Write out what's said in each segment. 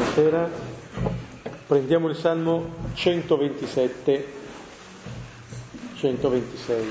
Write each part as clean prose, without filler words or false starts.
Buonasera. Prendiamo il Salmo 127, 126.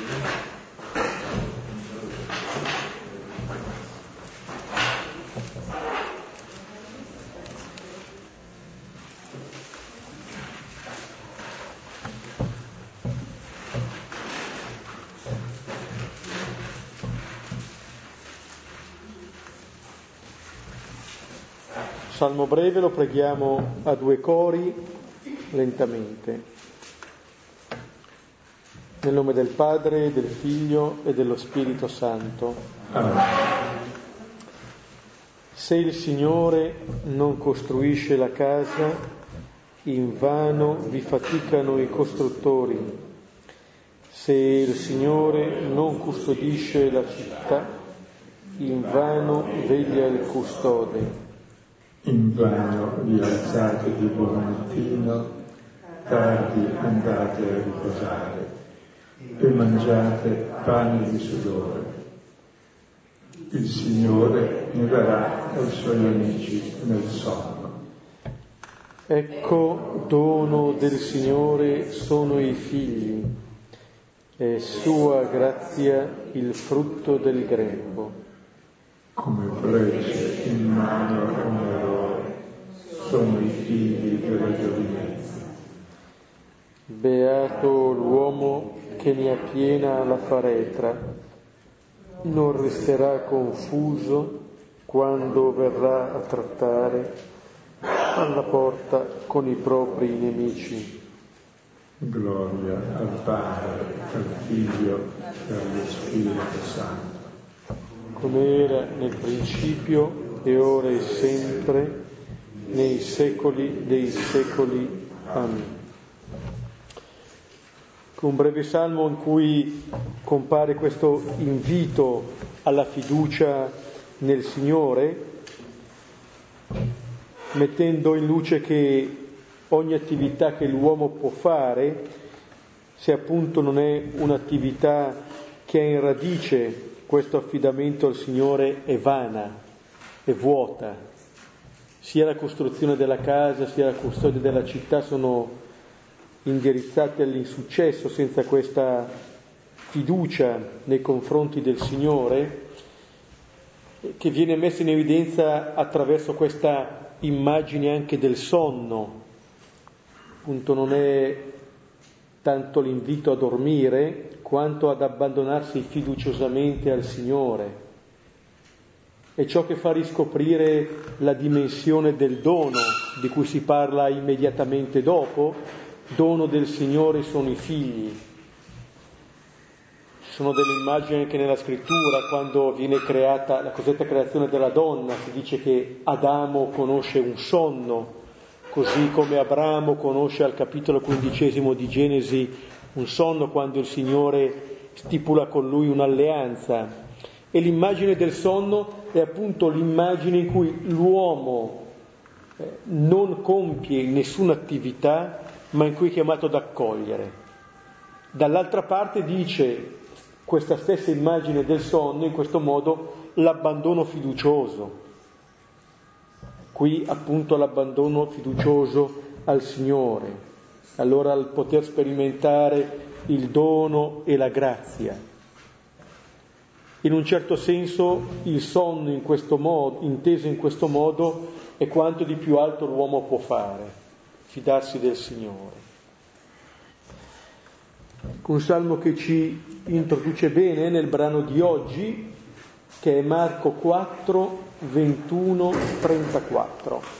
Salmo breve, lo preghiamo a due cori, lentamente. Nel nome del Padre, del Figlio e dello Spirito Santo. Amen. Se il Signore non costruisce la casa, invano vi faticano i costruttori. Se il Signore non custodisce la città, invano veglia il custode. Invano vi alzate di buon mattino, tardi andate a riposare e mangiate pane di sudore. Il Signore ne darà ai suoi amici nel sonno. Ecco, dono del Signore sono i figli, è sua grazia il frutto del grembo. Come frecce in mano a un eroe sono i figli della giovinezza. Beato l'uomo che ne appiena la faretra, non resterà confuso quando verrà a trattare alla porta con i propri nemici. Gloria al Padre, al Figlio e allo Spirito Santo. Come era nel principio e ora e sempre, nei secoli dei secoli. Amen. Un breve salmo in cui compare questo invito alla fiducia nel Signore, mettendo in luce che ogni attività che l'uomo può fare, se appunto non è un'attività che ha in radice questo affidamento al Signore, è vana, è vuota. Sia la costruzione della casa, sia la custodia della città sono indirizzate all'insuccesso senza questa fiducia nei confronti del Signore, che viene messa in evidenza attraverso questa immagine anche del sonno. Appunto non è tanto l'invito a dormire quanto ad abbandonarsi fiduciosamente al Signore. È ciò che fa riscoprire la dimensione del dono di cui si parla immediatamente dopo. Dono del Signore sono i figli. Ci sono delle immagini anche nella scrittura, quando viene creata la cosiddetta creazione della donna, si dice che Adamo conosce un sonno, così come Abramo conosce al capitolo 15 di Genesi un sonno quando il Signore stipula con lui un'alleanza. E l'immagine del sonno è appunto l'immagine in cui l'uomo non compie nessuna attività, ma in cui è chiamato ad accogliere. Dall'altra parte dice questa stessa immagine del sonno, in questo modo, l'abbandono fiducioso. Qui appunto l'abbandono fiducioso al Signore. Allora al poter sperimentare il dono e la grazia. In un certo senso il sonno in questo modo, inteso in questo modo, è quanto di più alto l'uomo può fare, fidarsi del Signore. Un salmo che ci introduce bene nel brano di oggi, che è Marco 4, 21, 34.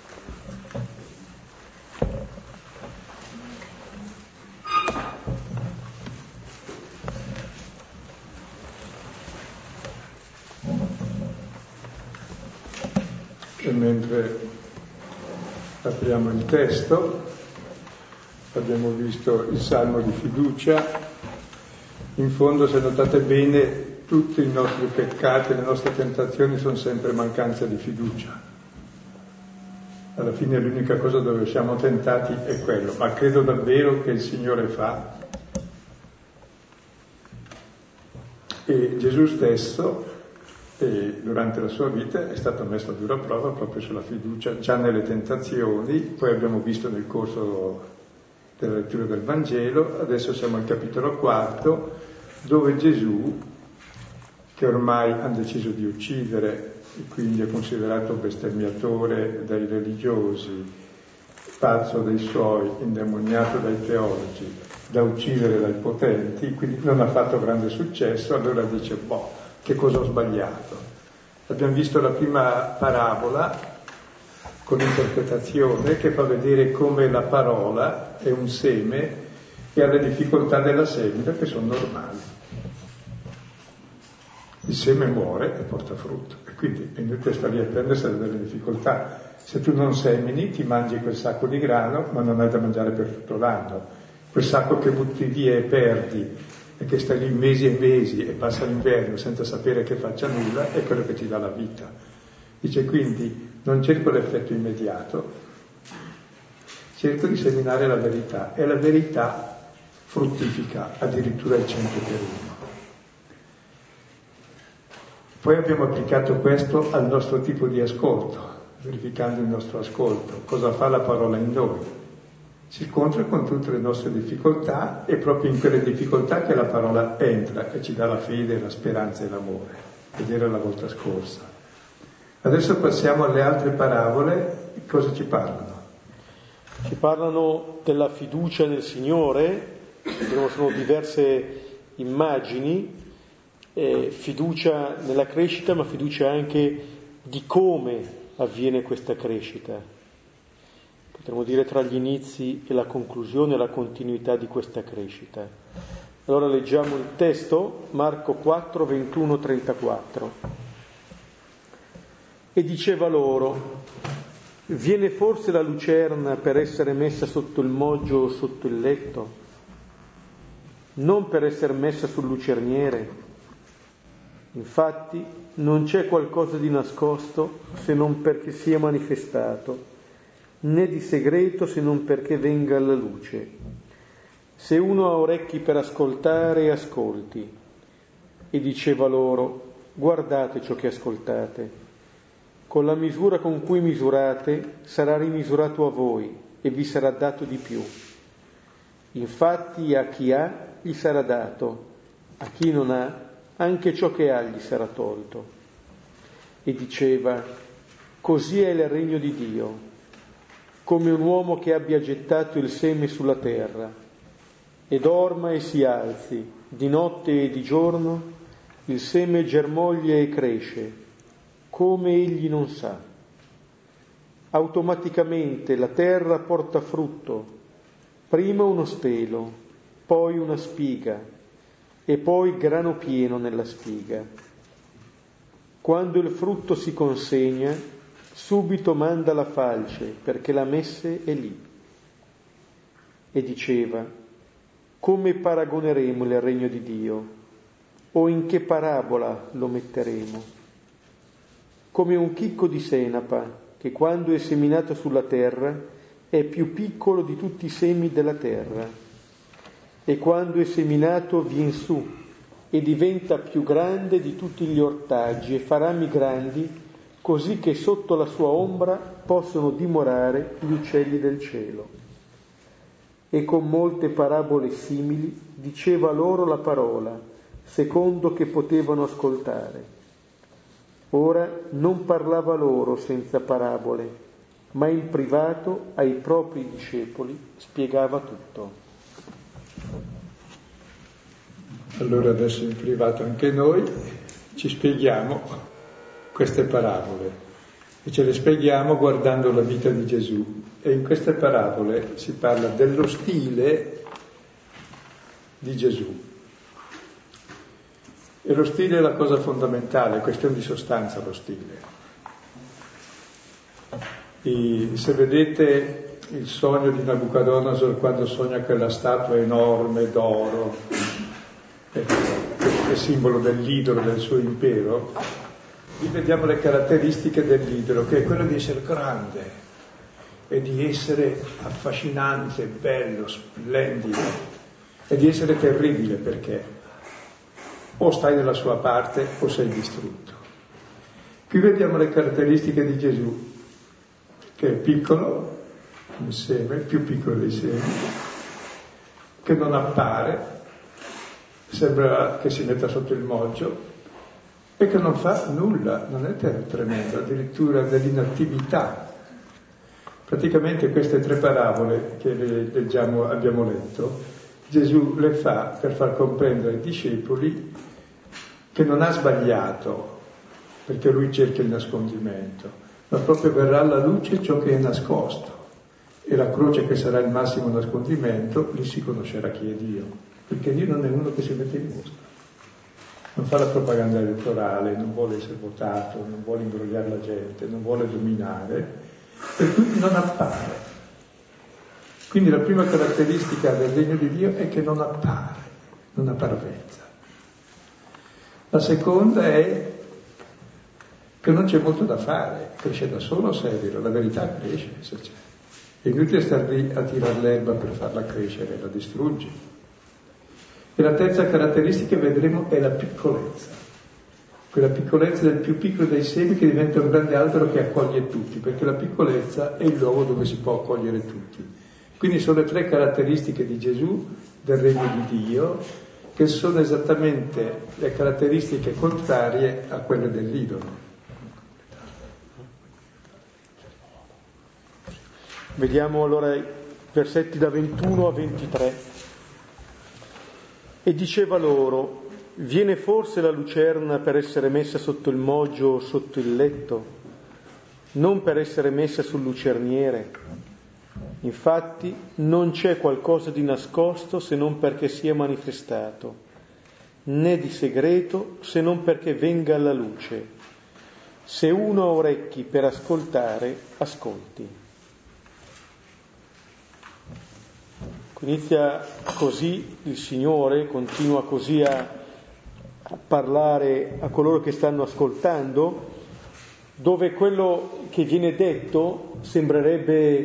E mentre apriamo il testo, abbiamo visto il Salmo di fiducia. In fondo, se notate bene, tutti i nostri peccati, le nostre tentazioni sono sempre mancanza di fiducia. Alla fine l'unica cosa dove siamo tentati è quello, ma credo davvero che il Signore fa. E Gesù stesso e durante la sua vita è stato messo a dura prova proprio sulla fiducia, già nelle tentazioni. Poi abbiamo visto nel corso della lettura del Vangelo, adesso siamo al capitolo 4, dove Gesù, che ormai hanno deciso di uccidere e quindi è considerato bestemmiatore dai religiosi, pazzo dei suoi, indemoniato dai teologi, da uccidere dai potenti, quindi non ha fatto grande successo, allora dice, che cosa ho sbagliato? Abbiamo visto la prima parabola con l'interpretazione che fa vedere come la parola è un seme e ha le difficoltà della semina che sono normali. Il seme muore e porta frutto, e quindi è inutile stare lì a prendersene delle difficoltà. Se tu non semini ti mangi quel sacco di grano, ma non hai da mangiare per tutto l'anno. Quel sacco che butti via e perdi e che stai lì mesi e mesi e passa l'inverno senza sapere che faccia nulla, è quello che ti dà la vita. Dice quindi non cerco l'effetto immediato, cerco di seminare la verità, e la verità fruttifica addirittura il 100 per 1. Poi abbiamo applicato questo al nostro tipo di ascolto, verificando il nostro ascolto, cosa fa la parola in noi. Si scontra con tutte le nostre difficoltà, è proprio in quelle difficoltà che la parola entra e ci dà la fede, la speranza e l'amore. Vedere la volta scorsa. Adesso passiamo alle altre parabole. Cosa ci parlano? Ci parlano della fiducia nel Signore, sono diverse immagini, fiducia nella crescita, ma fiducia anche di come avviene questa crescita. Potremmo dire tra gli inizi e la conclusione, la continuità di questa crescita. Allora leggiamo il testo, Marco 4, 21, 34. E diceva loro: viene forse la lucerna per essere messa sotto il moggio o sotto il letto? Non per essere messa sul lucerniere? Infatti non c'è qualcosa di nascosto se non perché sia manifestato, né di segreto se non perché venga alla luce. Se uno ha orecchi per ascoltare, ascolti. E diceva loro: guardate ciò che ascoltate. Con la misura con cui misurate sarà rimisurato a voi e vi sarà dato di più. Infatti a chi ha gli sarà dato, a chi non ha anche ciò che ha gli sarà tolto. E diceva: così è il regno di Dio, come un uomo che abbia gettato il seme sulla terra, e dorma e si alzi, di notte e di giorno, il seme germoglia e cresce, come egli non sa. Automaticamente la terra porta frutto, prima uno spelo, poi una spiga, e poi grano pieno nella spiga. Quando il frutto si consegna, subito manda la falce, perché la messe è lì. E diceva: come paragoneremo il regno di Dio? O in che parabola lo metteremo? Come un chicco di senapa, che quando è seminato sulla terra è più piccolo di tutti i semi della terra, e quando è seminato vien su e diventa più grande di tutti gli ortaggi e fa rami grandi, così che sotto la sua ombra possono dimorare gli uccelli del cielo. E con molte parabole simili diceva loro la parola, secondo che potevano ascoltare. Ora non parlava loro senza parabole, ma in privato ai propri discepoli spiegava tutto. Allora adesso in privato anche noi ci spieghiamo queste parabole e ce le spieghiamo guardando la vita di Gesù, e in queste parabole si parla dello stile di Gesù, e lo stile è la cosa fondamentale, è questione di sostanza lo stile. E se vedete il sogno di Nabucodonosor, quando sogna quella statua enorme d'oro, che è simbolo dell'idolo del suo impero, lì vediamo le caratteristiche dell'idolo, che è quello di essere grande e di essere affascinante, bello, splendido, e di essere terribile, perché o stai dalla sua parte o sei distrutto. Qui vediamo le caratteristiche di Gesù, che è piccolo, un seme, il più piccolo dei semi, che non appare, sembra che si metta sotto il moggio e che non fa nulla, non è tremendo, addirittura dell'inattività. Praticamente queste 3 parabole che abbiamo letto, Gesù le fa per far comprendere ai discepoli che non ha sbagliato, perché lui cerca il nascondimento, ma proprio verrà alla luce ciò che è nascosto, e la croce che sarà il massimo nascondimento, lì si conoscerà chi è Dio, perché Dio non è uno che si mette in mostra, non fa la propaganda elettorale, non vuole essere votato, non vuole imbrogliare la gente, non vuole dominare, e quindi non appare. Quindi la prima caratteristica del regno di Dio è che non appare, non ha parvenza. La seconda è che non c'è molto da fare, cresce da solo se è vero, la verità cresce se c'è. È inutile stare lì a tirare l'erba per farla crescere, la distrugge. E la terza caratteristica, vedremo, è la piccolezza. Quella piccolezza del più piccolo dei semi che diventa un grande albero che accoglie tutti, perché la piccolezza è il luogo dove si può accogliere tutti. Quindi sono le 3 caratteristiche di Gesù, del regno di Dio, che sono esattamente le caratteristiche contrarie a quelle dell'idolo. Vediamo allora i versetti da 21 a 23. E diceva loro: viene forse la lucerna per essere messa sotto il moggio o sotto il letto, non per essere messa sul lucerniere? Infatti non c'è qualcosa di nascosto se non perché sia manifestato, né di segreto se non perché venga alla luce. Se uno ha orecchi per ascoltare, ascolti. Inizia così il Signore, continua così a parlare a coloro che stanno ascoltando, dove quello che viene detto sembrerebbe,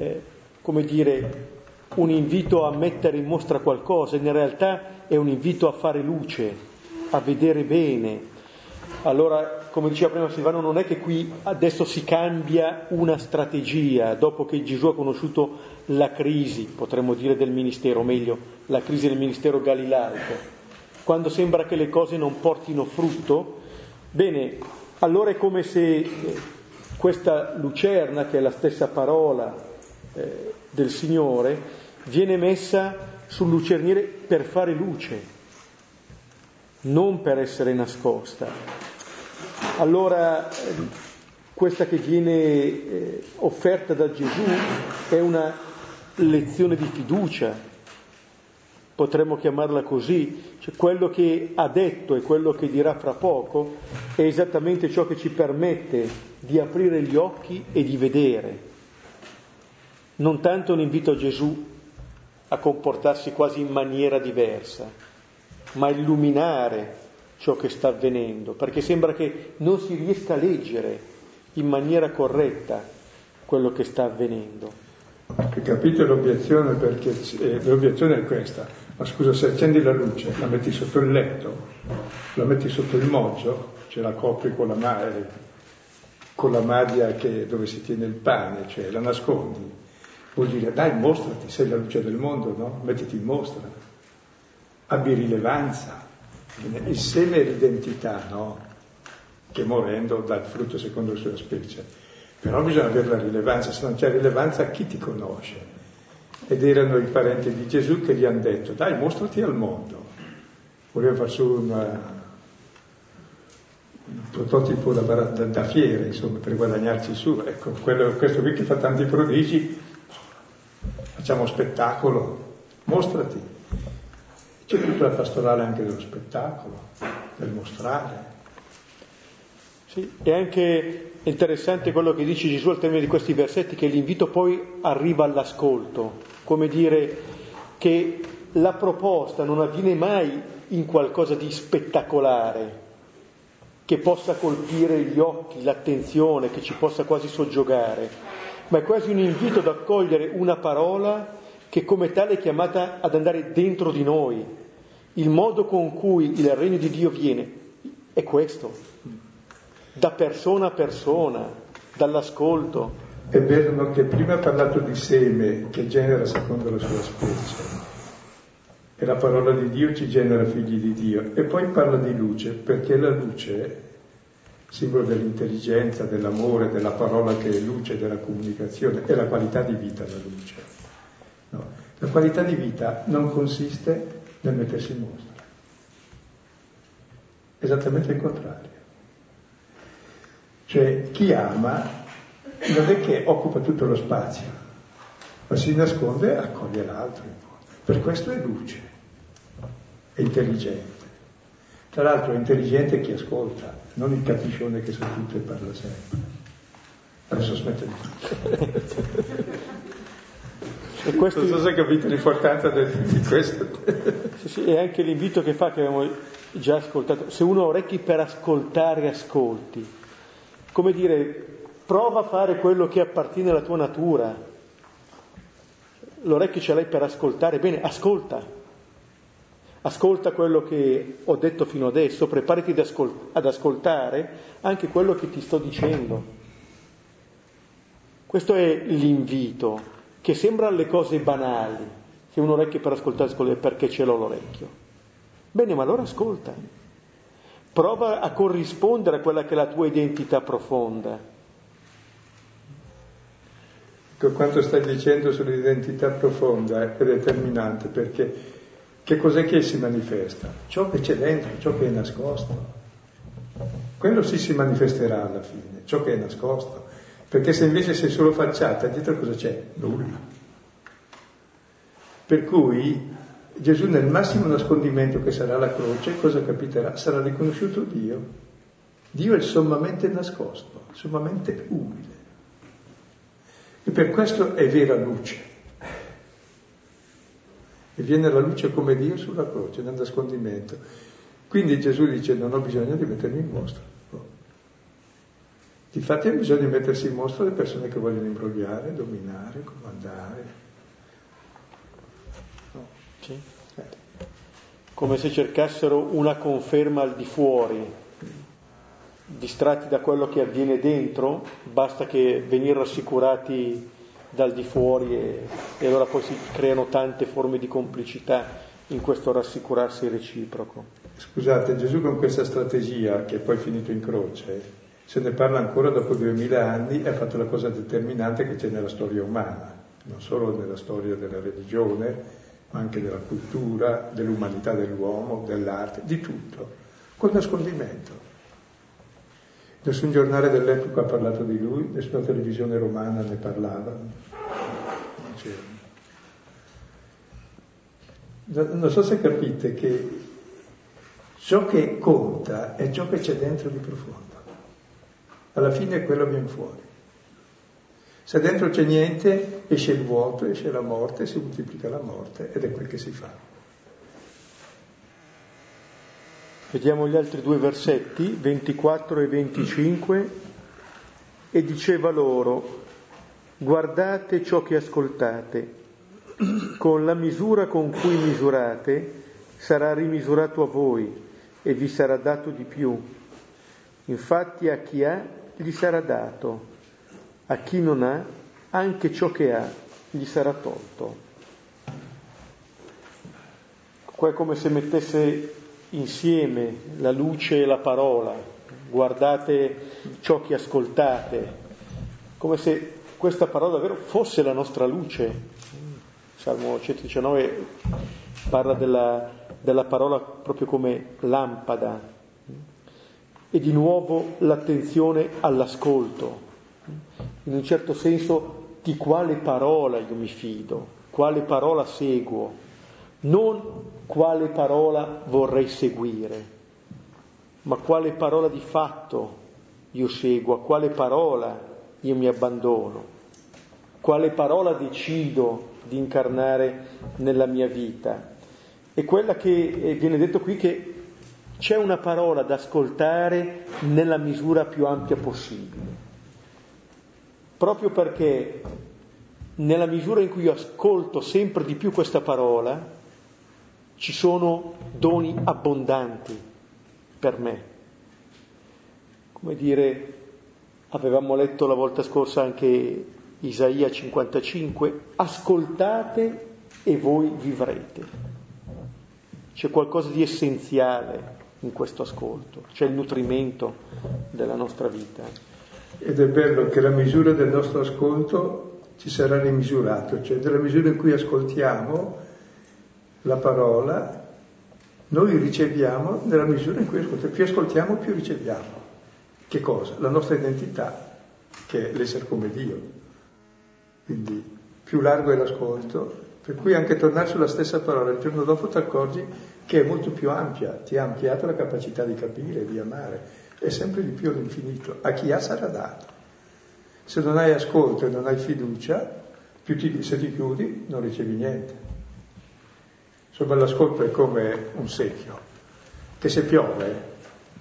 un invito a mettere in mostra qualcosa, in realtà è un invito a fare luce, a vedere bene. Allora, come diceva prima Silvano, non è che qui adesso si cambia una strategia, dopo che Gesù ha conosciuto la crisi, potremmo dire, del ministero, o meglio, la crisi del ministero galilaico, quando sembra che le cose non portino frutto, bene, allora è come se questa lucerna, che è la stessa parola del Signore, viene messa sul lucerniere per fare luce, non per essere nascosta. Allora, questa che viene offerta da Gesù è una lezione di fiducia, potremmo chiamarla così, cioè quello che ha detto e quello che dirà fra poco è esattamente ciò che ci permette di aprire gli occhi e di vedere. Non tanto un invito a Gesù a comportarsi quasi in maniera diversa, ma a illuminare ciò che sta avvenendo, perché sembra che non si riesca a leggere in maniera corretta quello che sta avvenendo. Capite l'obiezione? Perché l'obiezione è questa: ma scusa, se accendi la luce, la metti sotto il letto, la metti sotto il moggio, ce la copri con la maglia dove si tiene il pane, cioè la nascondi, vuol dire dai, mostrati, sei la luce del mondo, no? Mettiti in mostra, abbi rilevanza. Il seme è l'identità, no? Che morendo dà il frutto secondo la sua specie. Però bisogna avere la rilevanza, se non c'è rilevanza chi ti conosce? Ed erano i parenti di Gesù che gli hanno detto: dai, mostrati al mondo. Voleva far su un prototipo da fiera, insomma, per guadagnarci su. Ecco, questo qui che fa tanti prodigi, facciamo spettacolo, mostrati. C'è tutta la pastorale anche dello spettacolo, del mostrare. Sì, è anche interessante quello che dice Gesù al termine di questi versetti, che l'invito poi arriva all'ascolto, come dire che la proposta non avviene mai in qualcosa di spettacolare, che possa colpire gli occhi, l'attenzione, che ci possa quasi soggiogare, ma è quasi un invito ad accogliere una parola che come tale è chiamata ad andare dentro di noi. Il modo con cui il regno di Dio viene è questo. da persona a persona, dall'ascolto. È vero che prima ha parlato di seme che genera secondo la sua specie, e la parola di Dio ci genera figli di Dio, e poi parla di luce, perché la luce, simbolo dell'intelligenza, dell'amore, della parola che è luce, della comunicazione, è la qualità di vita la luce. No, la qualità di vita non consiste nel mettersi in mostra, esattamente il contrario. Cioè chi ama non è che occupa tutto lo spazio, ma si nasconde e accoglie l'altro. Per questo è luce, è intelligente. Tra l'altro è intelligente chi ascolta, non il capiscione che sa tutto e parla sempre. Adesso smette di tutto. E questo... Non so se hai capito l'importanza di questo. Sì, è anche l'invito che fa, che abbiamo già ascoltato. Se uno ha orecchi per ascoltare, ascolti. Come dire, prova a fare quello che appartiene alla tua natura. L'orecchio ce l'hai per ascoltare, bene, ascolta. Ascolta quello che ho detto fino adesso, preparati ad ascoltare anche quello che ti sto dicendo. Questo è l'invito, che sembrano le cose banali. Se un orecchio per ascoltare, ascolta perché ce l'ho l'orecchio. Bene, ma allora ascolta. Prova a corrispondere a quella che è la tua identità profonda. Quanto stai dicendo sull'identità profonda è determinante, perché che cos'è che si manifesta? Ciò che c'è dentro, ciò che è nascosto. Quello sì si manifesterà alla fine, ciò che è nascosto. Perché se invece sei solo facciata, dietro cosa c'è? Nulla. Per cui Gesù nel massimo nascondimento che sarà la croce, cosa capiterà? Sarà riconosciuto Dio. Dio è sommamente nascosto, sommamente umile. E per questo è vera luce. E viene la luce come Dio sulla croce, nel nascondimento. Quindi Gesù dice: non ho bisogno di mettermi in mostra. No. Difatti ha bisogno di mettersi in mostra le persone che vogliono imbrogliare, dominare, comandare. No. Sì. Come se cercassero una conferma al di fuori. Distratti da quello che avviene dentro, basta che venire rassicurati dal di fuori e allora poi si creano tante forme di complicità in questo rassicurarsi reciproco. Scusate, Gesù con questa strategia, che è poi finito in croce, se ne parla ancora dopo 2000 anni e ha fatto la cosa determinante che c'è nella storia umana, non solo nella storia della religione, ma anche della cultura, dell'umanità dell'uomo, dell'arte, di tutto, col nascondimento. Nessun giornale dell'epoca ha parlato di lui, nessuna televisione romana ne parlava. Non so se capite che ciò che conta è ciò che c'è dentro di profondo. Alla fine quello viene fuori. Se dentro c'è niente, esce il vuoto, esce la morte, si moltiplica la morte ed è quel che si fa. Vediamo gli altri due versetti, 24 e 25, e diceva loro: guardate ciò che ascoltate, con la misura con cui misurate sarà rimisurato a voi e vi sarà dato di più. Infatti a chi ha gli sarà dato, a chi non ha anche ciò che ha gli sarà tolto. Qua è come se mettesse insieme la luce e la parola. Guardate ciò che ascoltate, come se questa parola davvero fosse la nostra luce. Salmo 119 parla della parola proprio come lampada, e di nuovo l'attenzione all'ascolto. In un certo senso, di quale parola io mi fido, quale parola seguo, non quale parola vorrei seguire, ma quale parola di fatto io seguo, a quale parola io mi abbandono, quale parola decido di incarnare nella mia vita. È quella che viene detto qui, che c'è una parola da ascoltare nella misura più ampia possibile, proprio perché nella misura in cui io ascolto sempre di più questa parola ci sono doni abbondanti per me. come dire, avevamo letto la volta scorsa anche Isaia 55, ascoltate e voi vivrete. C'è qualcosa di essenziale in questo ascolto, c'è il nutrimento della nostra vita. Ed è bello che la misura del nostro ascolto ci sarà rimisurato, cioè nella misura in cui ascoltiamo la parola, noi riceviamo nella misura in cui ascoltiamo. Più ascoltiamo, più riceviamo. Che cosa? La nostra identità, che è l'essere come Dio. Quindi più largo è l'ascolto, per cui anche tornare sulla stessa parola il giorno dopo ti accorgi che è molto più ampia, ti ha ampliato la capacità di capire, di amare, è sempre di più all'infinito. A chi ha sarà dato. Se non hai ascolto e non hai fiducia, se ti chiudi non ricevi niente. Insomma, l'ascolto è come un secchio, che se piove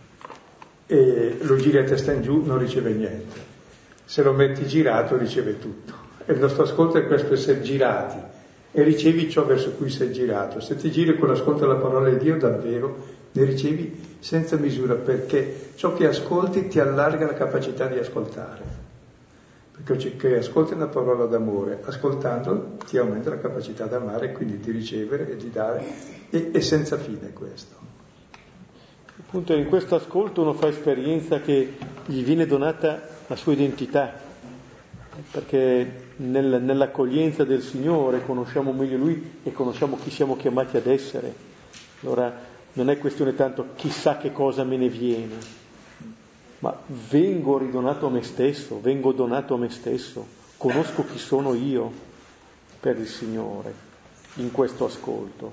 e lo giri a testa in giù non riceve niente. Se lo metti girato riceve tutto. E il nostro ascolto è questo, essere girati, e ricevi ciò verso cui sei girato. Se ti giri con l'ascolto alla parola di Dio, davvero ne ricevi senza misura, perché ciò che ascolti ti allarga la capacità di ascoltare. Perché ascolti una parola d'amore, ascoltando ti aumenta la capacità di amare, quindi di ricevere e di dare, e senza fine questo. Appunto in questo ascolto uno fa esperienza che gli viene donata la sua identità, perché nell'accoglienza del Signore conosciamo meglio Lui e conosciamo chi siamo chiamati ad essere. Allora non è questione tanto chissà che cosa me ne viene, ma vengo ridonato a me stesso, vengo donato a me stesso, conosco chi sono io per il Signore in questo ascolto.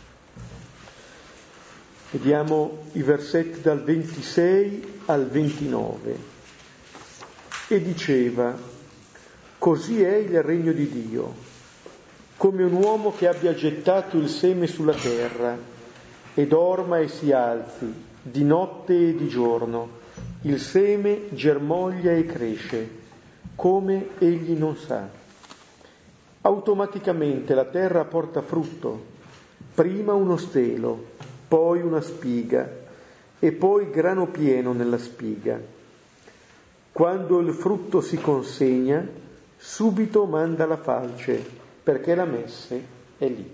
Vediamo i versetti dal 26 al 29. E diceva: così è il regno di Dio, come un uomo che abbia gettato il seme sulla terra e dorma e si alzi di notte e di giorno. Il seme germoglia e cresce, come egli non sa. Automaticamente la terra porta frutto, prima uno stelo, poi una spiga e poi grano pieno nella spiga. Quando il frutto si consegna, subito manda la falce, perché la messe è lì.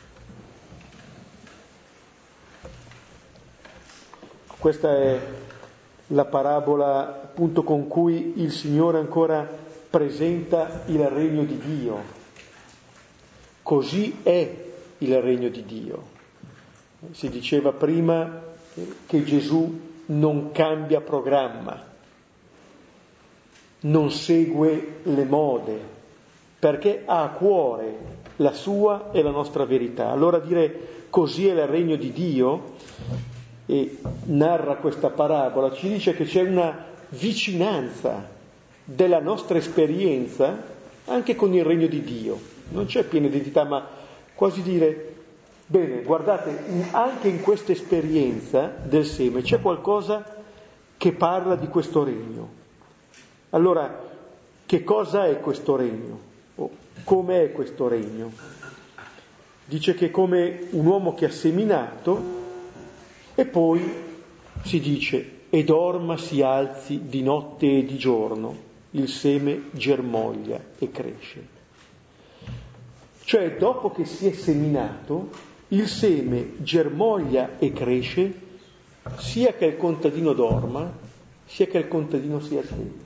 Questa è la parabola appunto con cui il Signore ancora presenta il regno di Dio. Così è il regno di Dio. Si diceva prima che Gesù non cambia programma, non segue le mode, perché ha a cuore la sua e la nostra verità. Allora dire così è il regno di Dio, e narra questa parabola, ci dice che c'è una vicinanza della nostra esperienza anche con il regno di Dio. Non c'è piena identità, ma quasi dire, bene, guardate, anche in questa esperienza del seme c'è qualcosa che parla di questo regno. Allora, che cosa è questo regno? O com'è questo regno? Dice che è come un uomo che ha seminato, e poi si dice, e dorma, si alzi di notte e di giorno, il seme germoglia e cresce. Cioè, dopo che si è seminato, il seme germoglia e cresce, sia che il contadino dorma, sia che il contadino sia sveglio.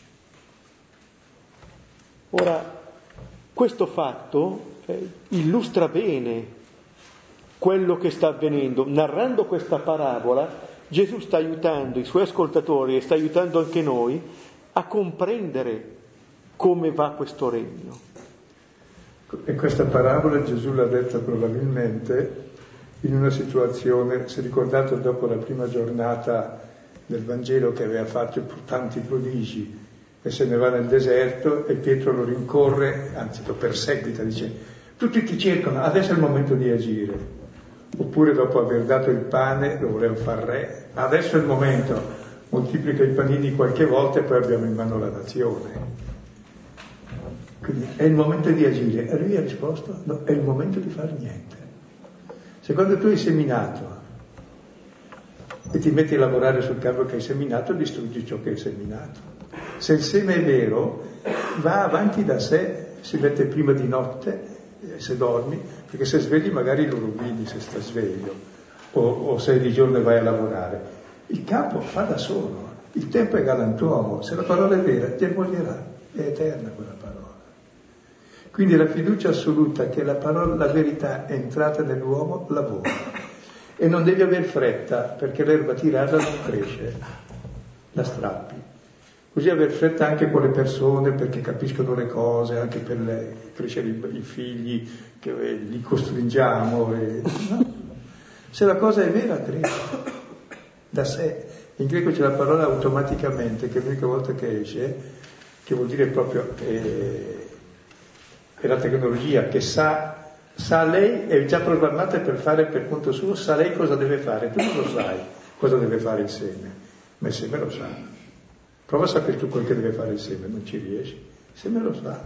Ora, questo fatto illustra bene quello che sta avvenendo. Narrando questa parabola, Gesù sta aiutando i suoi ascoltatori e sta aiutando anche noi a comprendere come va questo regno. E questa parabola Gesù l'ha detta probabilmente in una situazione, si è ricordato dopo la prima giornata del Vangelo che aveva fatto tanti prodigi e se ne va nel deserto e Pietro lo rincorre, anzi lo perseguita, dice: tutti ti cercano, adesso è il momento di agire. Oppure dopo aver dato il pane lo voleva far re, adesso è il momento, moltiplica i panini qualche volta e poi abbiamo in mano la nazione. Quindi è il momento di agire. E lui ha risposto: no, è il momento di fare niente. Se quando tu hai seminato e ti metti a lavorare sul campo che hai seminato, distruggi ciò che hai seminato. Se il seme è vero, va avanti da sé, si mette prima di notte, se dormi, perché se svegli magari lo rovini se sta sveglio, o se di giorno vai a lavorare. Il campo fa da solo, il tempo è galantuomo, se la parola è vera, germoglierà, è eterna quella parola. Quindi la fiducia assoluta che la verità è entrata nell'uomo lavora. E non devi aver fretta, perché l'erba tirata non cresce, la strappi. Così aver fretta anche con le persone, perché capiscono le cose, anche per crescere i figli, che li costringiamo. No. Se la cosa è vera, cresce da sé. In greco c'è la parola automaticamente, che l'unica volta che esce, che vuol dire proprio è la tecnologia che sa lei, è già programmata per fare per conto suo, sa lei cosa deve fare. Tu non lo sai cosa deve fare il seme, ma il seme lo sa. Prova a sapere tu quel che deve fare il seme, non ci riesci. Il seme lo sa.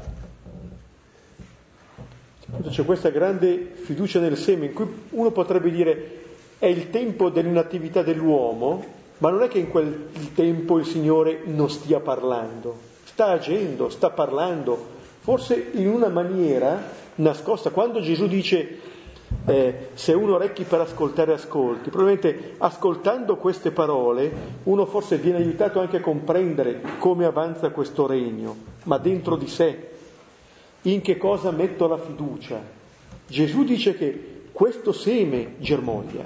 C'è questa grande fiducia nel seme, in cui uno potrebbe dire è il tempo dell'inattività dell'uomo, ma non è che in quel tempo il Signore non stia parlando, sta agendo, sta parlando, forse in una maniera nascosta. Quando Gesù dice se uno ha orecchi per ascoltare, ascolti, probabilmente ascoltando queste parole uno forse viene aiutato anche a comprendere come avanza questo regno, ma dentro di sé, in che cosa metto la fiducia. Gesù dice che questo seme germoglia.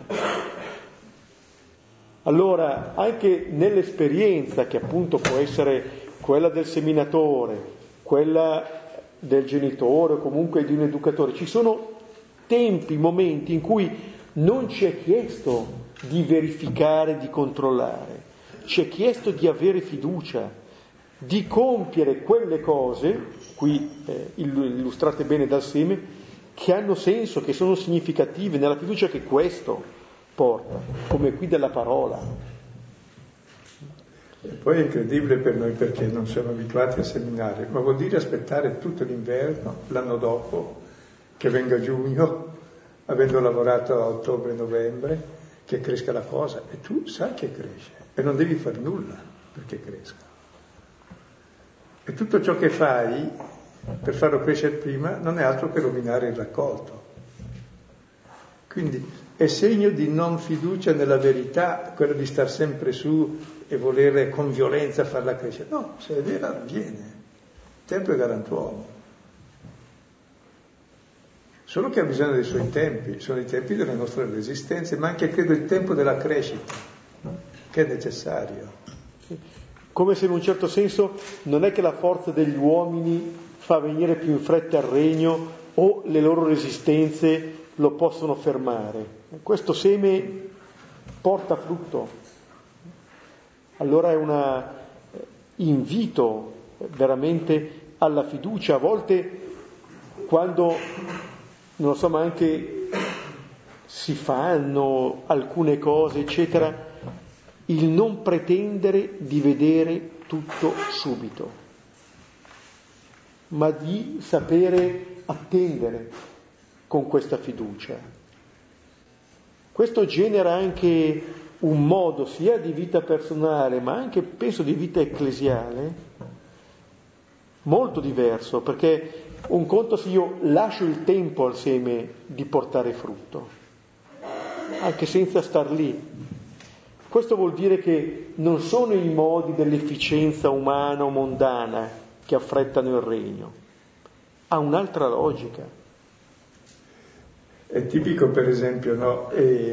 Allora, anche nell'esperienza, che appunto può essere quella del seminatore, quella del genitore o comunque di un educatore, ci sono tempi, momenti in cui non ci è chiesto di verificare, di controllare, ci è chiesto di avere fiducia, di compiere quelle cose, qui illustrate bene dal seme, che hanno senso, che sono significative, nella fiducia che questo porta, come qui della parola. E poi è incredibile per noi perché non siamo abituati a seminare, ma vuol dire aspettare tutto l'inverno, l'anno dopo, che venga giugno, avendo lavorato a ottobre-novembre, che cresca la cosa, e tu sai che cresce, e non devi fare nulla perché cresca. E tutto ciò che fai per farlo crescere prima non è altro che rovinare il raccolto. Quindi è segno di non fiducia nella verità, quello di star sempre su e volere con violenza farla crescere. No, se è vera viene. Il tempo è galantuomo. Solo che ha bisogno dei suoi tempi, sono i tempi delle nostre resistenze, ma anche credo il tempo della crescita, che è necessario. Come se in un certo senso non è che la forza degli uomini fa venire più in fretta il regno o le loro resistenze lo possono fermare. Questo seme porta frutto. Allora è un invito veramente alla fiducia. A volte quando, non lo so, ma anche si fanno alcune cose, eccetera, il non pretendere di vedere tutto subito, ma di sapere attendere con questa fiducia. Questo genera anche un modo sia di vita personale, ma anche penso di vita ecclesiale, molto diverso, perché un conto se io lascio il tempo al seme di portare frutto, anche senza star lì. Questo vuol dire che non sono i modi dell'efficienza umana o mondana che affrettano il regno, ha un'altra logica. È tipico, per esempio, no,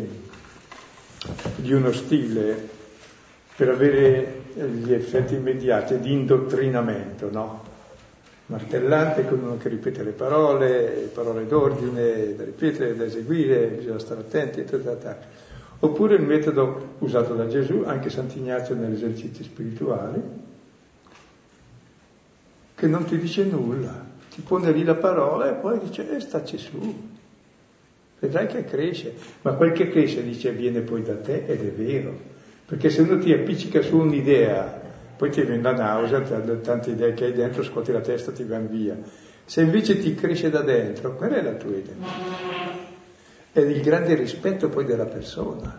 di uno stile per avere gli effetti immediati di indottrinamento, no? Martellante, con uno che ripete le parole d'ordine da ripetere, da eseguire, bisogna stare attenti, eccetera. Oppure il metodo usato da Gesù, anche Sant'Ignazio negli esercizi spirituali, che non ti dice nulla, ti pone lì la parola e poi dice staci su, vedrai che cresce, ma quel che cresce, dice, viene poi da te, ed è vero, perché se uno ti appiccica su un'idea, poi ti viene la nausea, tante idee che hai dentro, scuoti la testa, ti vanno via. Se invece ti cresce da dentro, quella è la tua identità. È il grande rispetto poi della persona,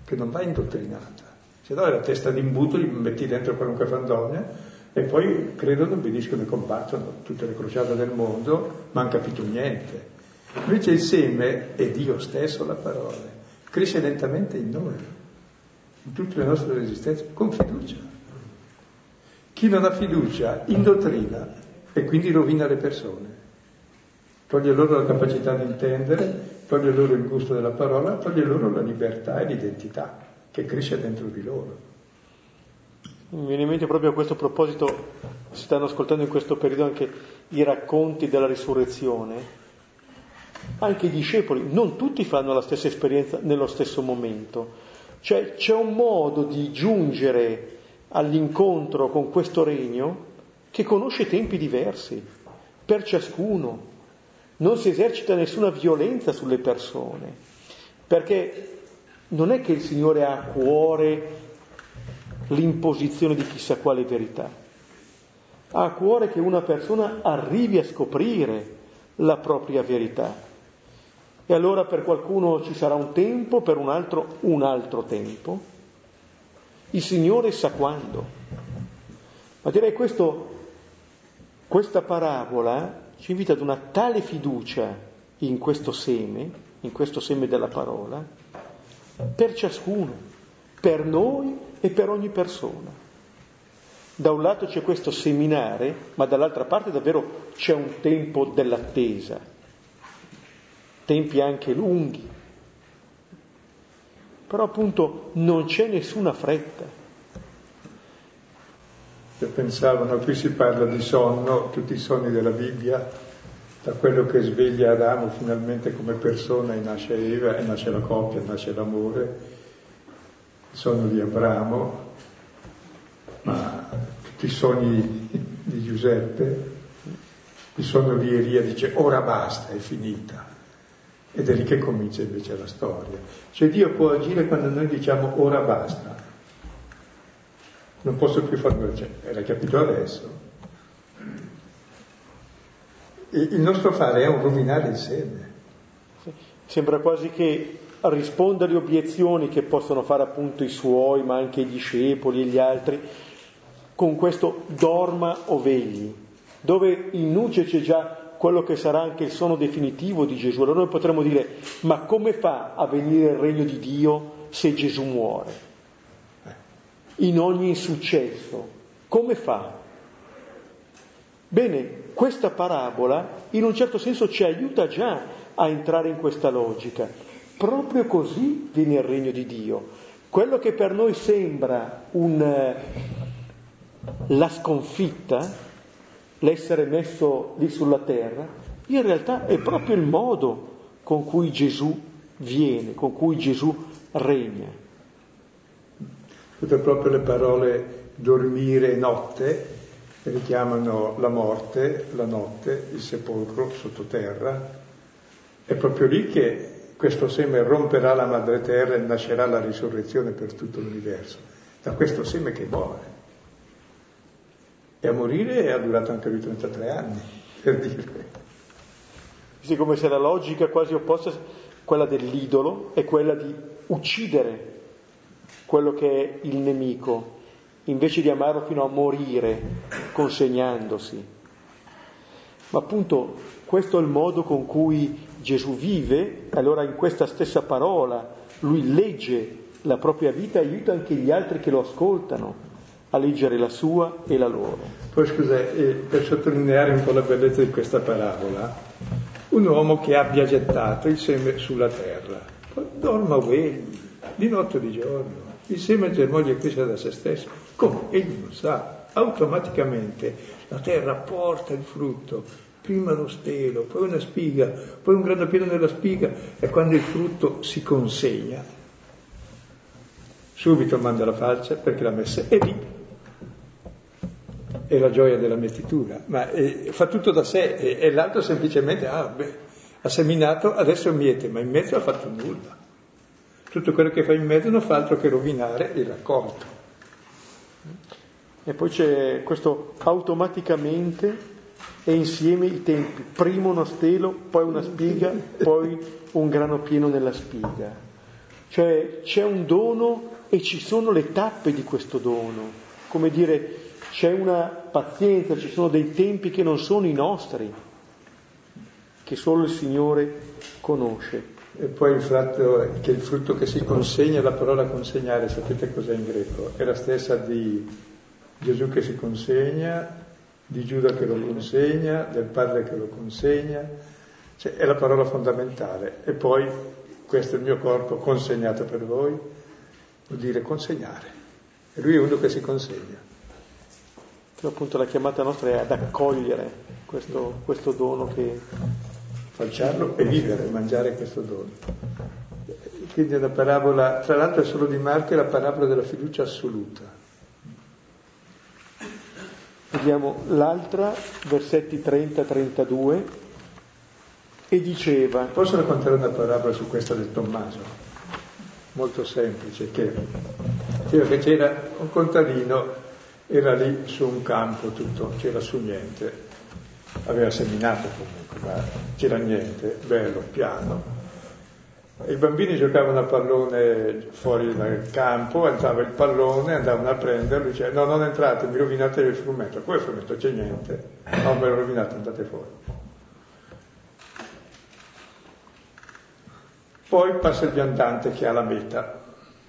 che non va indottrinata. Se no è la testa d'imbuto, gli metti dentro qualunque fandogna e poi credono, obbediscono e combattono tutte le crociate del mondo, ma non hanno capito niente. Invece il seme è Dio stesso, la parola, cresce lentamente in noi, in tutte le nostre resistenze, con fiducia. Chi non ha fiducia indottrina e quindi rovina le persone, toglie loro la capacità di intendere, toglie loro il gusto della parola, toglie loro la libertà e l'identità che cresce dentro di loro. Mi viene in mente proprio a questo proposito, si stanno ascoltando in questo periodo anche i racconti della risurrezione. Anche i discepoli, non tutti fanno la stessa esperienza nello stesso momento. Cioè c'è un modo di giungere all'incontro con questo regno che conosce tempi diversi per ciascuno. Non si esercita nessuna violenza sulle persone, perché non è che il Signore ha a cuore l'imposizione di chissà quale verità, ha a cuore che una persona arrivi a scoprire la propria verità. E allora per qualcuno ci sarà un tempo, per un altro tempo. Il Signore sa quando. Ma direi questa parabola ci invita ad una tale fiducia in questo seme della parola, per ciascuno, per noi e per ogni persona. Da un lato c'è questo seminare, ma dall'altra parte davvero c'è un tempo dell'attesa, tempi anche lunghi. Però appunto non c'è nessuna fretta. Pensavano, qui si parla di sonno, tutti i sogni della Bibbia, da quello che sveglia Adamo finalmente come persona e nasce Eva, e nasce la coppia, nasce l'amore, il sogno di Abramo, ma tutti i sogni di Giuseppe, il sogno di Elia dice ora basta, è finita, ed è lì che comincia invece la storia. Cioè Dio può agire quando noi diciamo ora basta, non posso più farlo, cioè, l'hai capito adesso? E il nostro fare è un rovinare il seme. Sembra quasi che risponda alle obiezioni che possono fare appunto i suoi, ma anche i discepoli e gli altri, con questo dorma o vegli, dove in nuce c'è già quello che sarà anche il sonno definitivo di Gesù. Allora noi potremmo dire, ma come fa a venire il regno di Dio se Gesù muore? In ogni insuccesso, come fa? Bene, questa parabola in un certo senso ci aiuta già a entrare in questa logica. Proprio così viene il regno di Dio. Quello che per noi sembra la sconfitta, l'essere messo lì sulla terra, in realtà è proprio il modo con cui Gesù viene, con cui Gesù regna. Tutte proprio le parole dormire e notte richiamano la morte, la notte, il sepolcro sottoterra. È proprio lì che questo seme romperà la madre terra e nascerà la risurrezione per tutto l'universo. Da questo seme che muore. E a morire ha durato anche lui 33 anni, per dire. Sì, come se la logica quasi opposta, quella dell'idolo, è quella di uccidere quello che è il nemico, invece di amarlo fino a morire, consegnandosi. Ma appunto questo è il modo con cui Gesù vive. Allora in questa stessa parola lui legge la propria vita e aiuta anche gli altri che lo ascoltano a leggere la sua e la loro. Poi scusa, per sottolineare un po' la bellezza di questa parabola, un uomo che abbia gettato il seme sulla terra, poi dorma o vegli, di notte o di giorno, il seme germoglia e cresce da se stesso, come egli lo sa, automaticamente la terra porta il frutto, prima lo stelo, poi una spiga, poi un grano pieno nella spiga, e quando il frutto si consegna, subito manda la falce perché l'ha messa, e lì è la gioia della mestitura, ma fa tutto da sé, e l'altro semplicemente, ha seminato, adesso miete, ma in mezzo ha fatto nulla. Tutto quello che fa in mezzo non fa altro che rovinare il raccolto. E poi c'è questo automaticamente e insieme i tempi, prima uno stelo, poi una spiga, poi un grano pieno nella spiga. Cioè c'è un dono e ci sono le tappe di questo dono, come dire, c'è una pazienza, ci sono dei tempi che non sono i nostri, che solo il Signore conosce. E poi il fatto che il frutto che si consegna, la parola consegnare, sapete cos'è in greco? È la stessa di Gesù che si consegna, di Giuda che lo consegna, del Padre che lo consegna, cioè è la parola fondamentale. E poi questo è il mio corpo consegnato per voi, vuol dire consegnare. E lui è uno che si consegna. Però appunto la chiamata nostra è ad accogliere questo dono che... Facciarlo e vivere, mangiare questo dono. Quindi è una parabola, tra l'altro è solo di Marco, è la parabola della fiducia assoluta. Vediamo l'altra, versetti 30-32, e diceva... Posso raccontare una parabola su questa del Tommaso? Molto semplice, che c'era un contadino, era lì su un campo tutto, c'era su niente. Aveva seminato comunque, ma c'era niente, bello, piano. E i bambini giocavano a pallone fuori dal campo, entrava il pallone, andavano a prenderlo, diceva no, non entrate, mi rovinate il frumento. Poi il frumento c'è niente, no, me lo rovinate, andate fuori. Poi passa il viandante che ha la meta.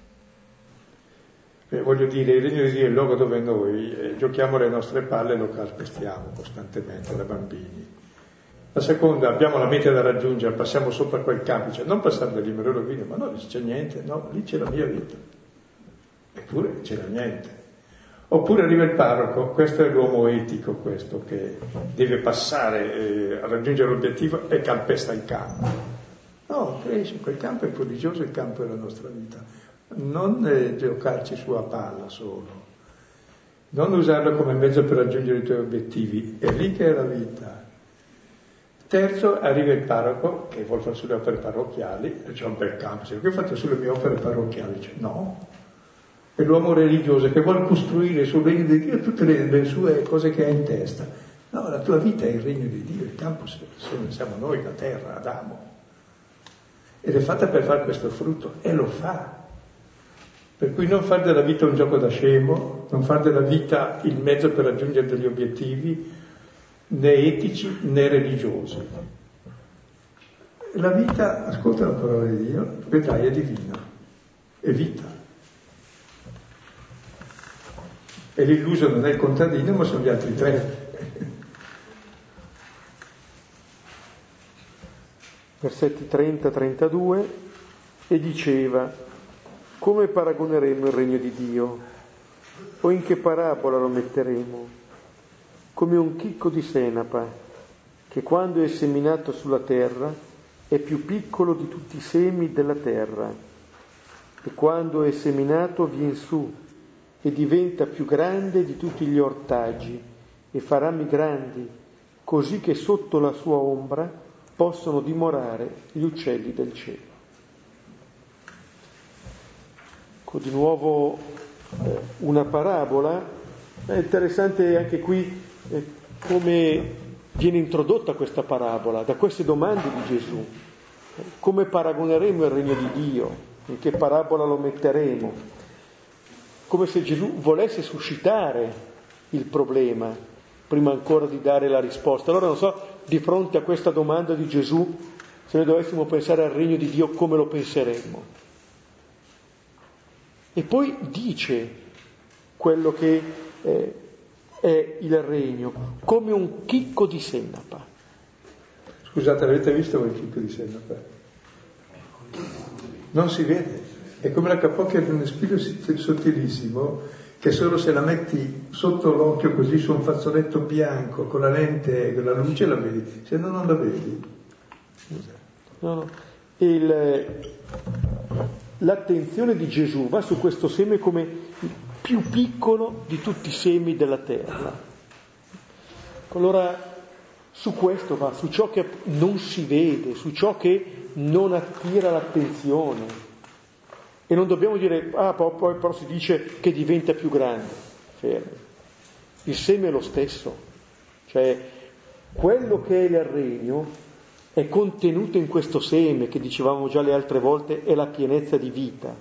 Voglio dire, il regno di Dio è il luogo dove noi giochiamo le nostre palle e lo calpestiamo costantemente da bambini. La seconda, abbiamo la meta da raggiungere, passiamo sopra quel campo, cioè non passando lì, me lo rovino, ma no, lì c'è niente, no, lì c'è la mia vita. Eppure c'era niente. Oppure arriva il parroco, questo è l'uomo etico, questo che deve passare a raggiungere l'obiettivo e calpesta il campo. No, cresce, quel campo è prodigioso, il campo è la nostra vita. Non giocarci su a palla solo, non usarlo come mezzo per raggiungere i tuoi obiettivi, è lì che è la vita. Terzo, arriva il parroco che vuole fare sulle opere parrocchiali, e c'è un bel campo, dice, che ho fatto sulle mie opere parrocchiali? Dice, no, è l'uomo religioso che vuole costruire sul regno di Dio tutte le sue cose che ha in testa. No, la tua vita è il regno di Dio, il campo siamo noi, la terra, Adamo, ed è fatta per fare questo frutto, e lo fa. Per cui non fare della vita un gioco da scemo, non fare della vita il mezzo per raggiungere degli obiettivi né etici né religiosi. La vita, ascolta la parola di Dio, vedrai, è divina, è vita. E l'illuso non è il contadino, ma sono gli altri tre. Versetti 30-32, e diceva: come paragoneremo il regno di Dio? O in che parabola lo metteremo? Come un chicco di senape, che quando è seminato sulla terra è più piccolo di tutti i semi della terra, e quando è seminato vien su e diventa più grande di tutti gli ortaggi e fa rami grandi, così che sotto la sua ombra possono dimorare gli uccelli del cielo. Di nuovo una parabola. È interessante anche qui come viene introdotta questa parabola, da queste domande di Gesù. Come paragoneremo il regno di Dio? In che parabola lo metteremo? Come se Gesù volesse suscitare il problema prima ancora di dare la risposta. Allora non so, di fronte a questa domanda di Gesù, se noi dovessimo pensare al regno di Dio, come lo penseremmo? E poi dice quello che è il regno, come un chicco di senape. Scusate, avete visto quel chicco di senape? Non si vede, è come la capocchia di un spillo sottilissimo che solo se la metti sotto l'occhio così su un fazzoletto bianco con la lente, con la luce la vedi, se no non la vedi. Scusa. No. L'attenzione di Gesù va su questo seme come il più piccolo di tutti i semi della terra. Allora su questo va, su ciò che non si vede, su ciò che non attira l'attenzione. E non dobbiamo dire, poi però si dice che diventa più grande. Fermi. Il seme è lo stesso. Cioè, quello che è il regno è contenuto in questo seme, che dicevamo già le altre volte, è la pienezza di vita,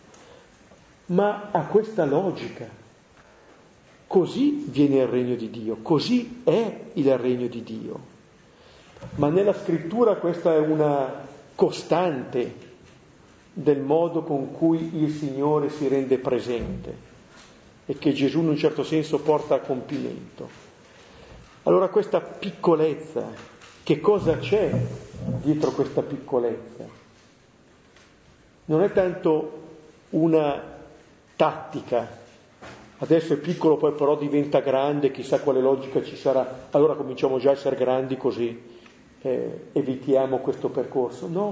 ma ha questa logica. Così viene il regno di Dio, così è il regno di Dio. Ma nella scrittura questa è una costante del modo con cui il Signore si rende presente e che Gesù in un certo senso porta a compimento. Allora questa piccolezza, che cosa c'è dietro questa piccolezza? Non è tanto una tattica, adesso è piccolo poi però diventa grande, chissà quale logica ci sarà, allora cominciamo già a essere grandi così evitiamo questo percorso. No,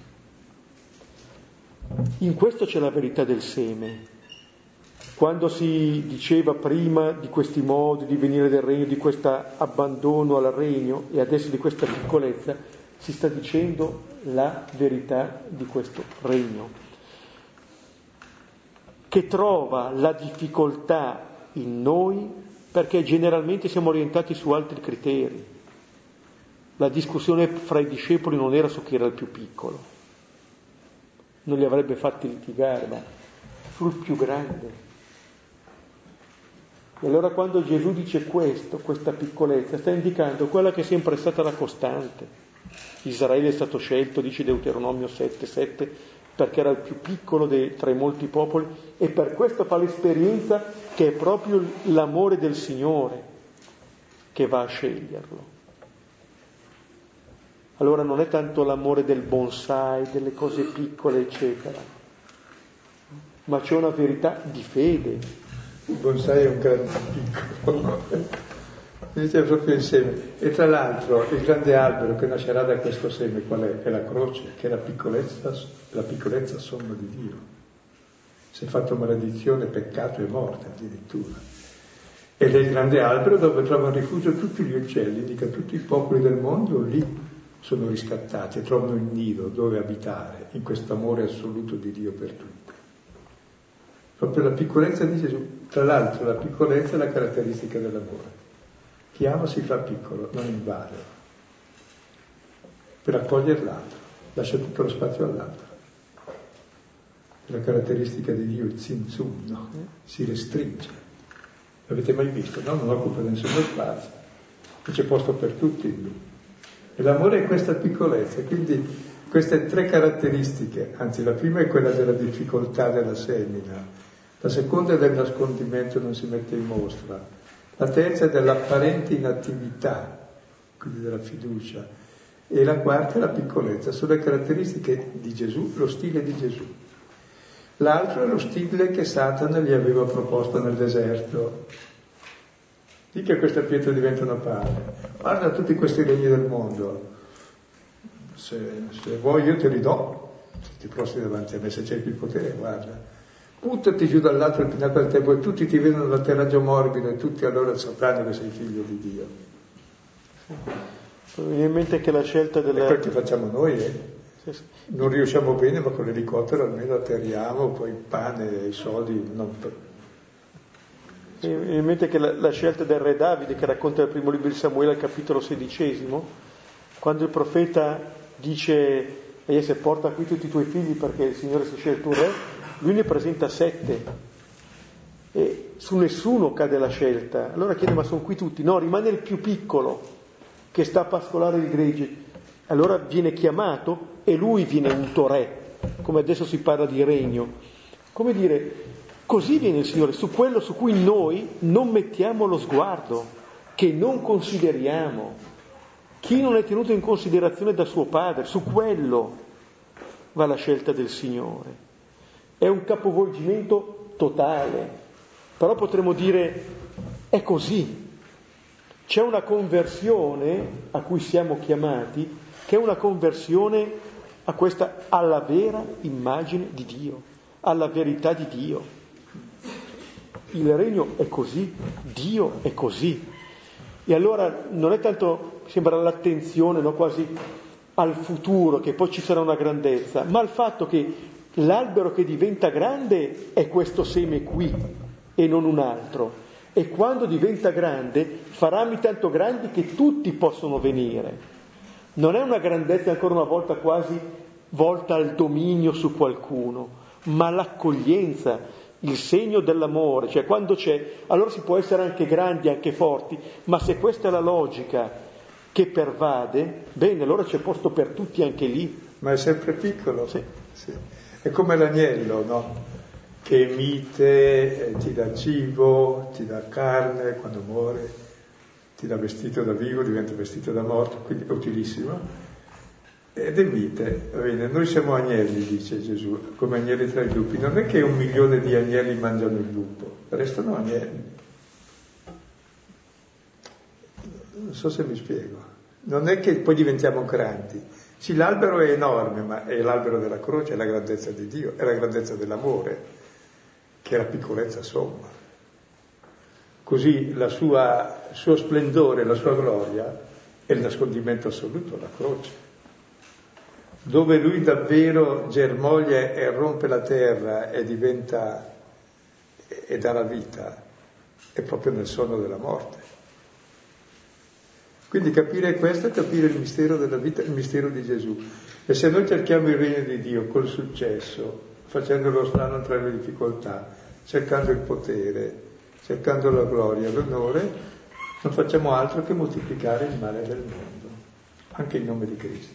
in questo c'è la verità del seme. Quando si diceva prima di questi modi di venire del regno, di questo abbandono al regno e adesso di questa piccolezza, si sta dicendo la verità di questo regno, che trova la difficoltà in noi perché generalmente siamo orientati su altri criteri. La discussione fra i discepoli non era su chi era il più piccolo, non li avrebbe fatti litigare, ma sul più grande. E allora quando Gesù dice questo, questa piccolezza, sta indicando quella che è sempre stata la costante. Israele è stato scelto, dice Deuteronomio 7:7, perché era il più piccolo tra i molti popoli e per questo fa l'esperienza che è proprio l'amore del Signore che va a sceglierlo. Allora non è tanto l'amore del bonsai, delle cose piccole, eccetera, ma c'è una verità di fede. Il bonsai è un grande piccolo, dice proprio insieme. E tra l'altro il grande albero che nascerà da questo seme qual è? È la croce, che è la piccolezza somma di Dio. Si è fatto maledizione, peccato e morte addirittura. Ed è il grande albero dove trovano rifugio tutti gli uccelli, indica tutti i popoli del mondo, lì sono riscattati e trovano il nido dove abitare, in questo amore assoluto di Dio per tutti. Proprio la piccolezza di Gesù. Tra l'altro la piccolezza è la caratteristica dell'amore. Chi ama si fa piccolo, non invade, per accogliere l'altro, lascia tutto lo spazio all'altro. È la caratteristica di Dio, il zinzum, no? Si restringe. L'avete mai visto? No? Non occupa nessuno spazio, e c'è posto per tutti in lui. E l'amore è questa piccolezza, quindi queste tre caratteristiche, anzi la prima è quella della difficoltà della semina, la seconda è del nascondimento, non si mette in mostra, la terza è dell'apparente inattività, quindi della fiducia, e la quarta è la piccolezza, sono le caratteristiche di Gesù, lo stile di Gesù. L'altro è lo stile che Satana gli aveva proposto nel deserto. Di che questa pietra diventa una pane. Guarda tutti questi regni del mondo, se vuoi io te li do, se ti prostri davanti a me, se c'è il potere, guarda, buttati giù dall'altro il pinacolo del tempo e tutti ti vedono l'atterraggio morbido e tutti allora sapranno che sei figlio di Dio. Probabilmente che la scelta della... È quello che facciamo noi, Non riusciamo bene, ma con l'elicottero almeno atterriamo, poi il pane e i soldi non... Mi viene in mente che la scelta del re Davide, che racconta nel primo libro di Samuele al capitolo 16, quando il profeta dice se porta qui tutti i tuoi figli perché il Signore si è scelto un re, lui ne presenta 7 e su nessuno cade la scelta. Allora chiede: ma sono qui tutti? No, rimane il più piccolo che sta a pascolare il gregge. Allora viene chiamato e lui viene unto re, come adesso si parla di regno. Come dire, così viene il Signore, su quello su cui noi non mettiamo lo sguardo, che non consideriamo. Chi non è tenuto in considerazione da suo padre, su quello va la scelta del Signore. È un capovolgimento totale, però potremmo dire è così. C'è una conversione a cui siamo chiamati, che è una conversione alla vera immagine di Dio, alla verità di Dio. Il regno è così, Dio è così. E allora non è tanto, sembra l'attenzione, quasi al futuro, che poi ci sarà una grandezza, ma al fatto che l'albero che diventa grande è questo seme qui e non un altro. E quando diventa grande fa rami tanto grandi che tutti possono venire. Non è una grandezza ancora una volta quasi volta al dominio su qualcuno, ma l'accoglienza, il segno dell'amore, cioè quando c'è, allora si può essere anche grandi, anche forti, ma se questa è la logica che pervade, bene, allora c'è posto per tutti anche lì. Ma è sempre piccolo. Sì. Sì. È come l'agnello, no? Che mite, ti dà cibo, ti dà carne quando muore, ti dà vestito da vivo, diventa vestito da morto, quindi è utilissimo. Ed è mite, va bene, noi siamo agnelli, dice Gesù, come agnelli tra i lupi. Non è che 1 milione di agnelli mangiano il lupo, restano agnelli. Non so se mi spiego. Non è che poi diventiamo grandi. Sì, l'albero è enorme, ma è l'albero della croce, è la grandezza di Dio, è la grandezza dell'amore, che è la piccolezza somma. Così il suo splendore, la sua gloria è il nascondimento assoluto, la croce. Dove lui davvero germoglia e rompe la terra e diventa e dà la vita, è proprio nel sonno della morte. Quindi capire questo è capire il mistero della vita, il mistero di Gesù. E se noi cerchiamo il regno di Dio col successo, facendo lo strano tra le difficoltà, cercando il potere, cercando la gloria, l'onore, non facciamo altro che moltiplicare il male del mondo, anche in nome di Cristo.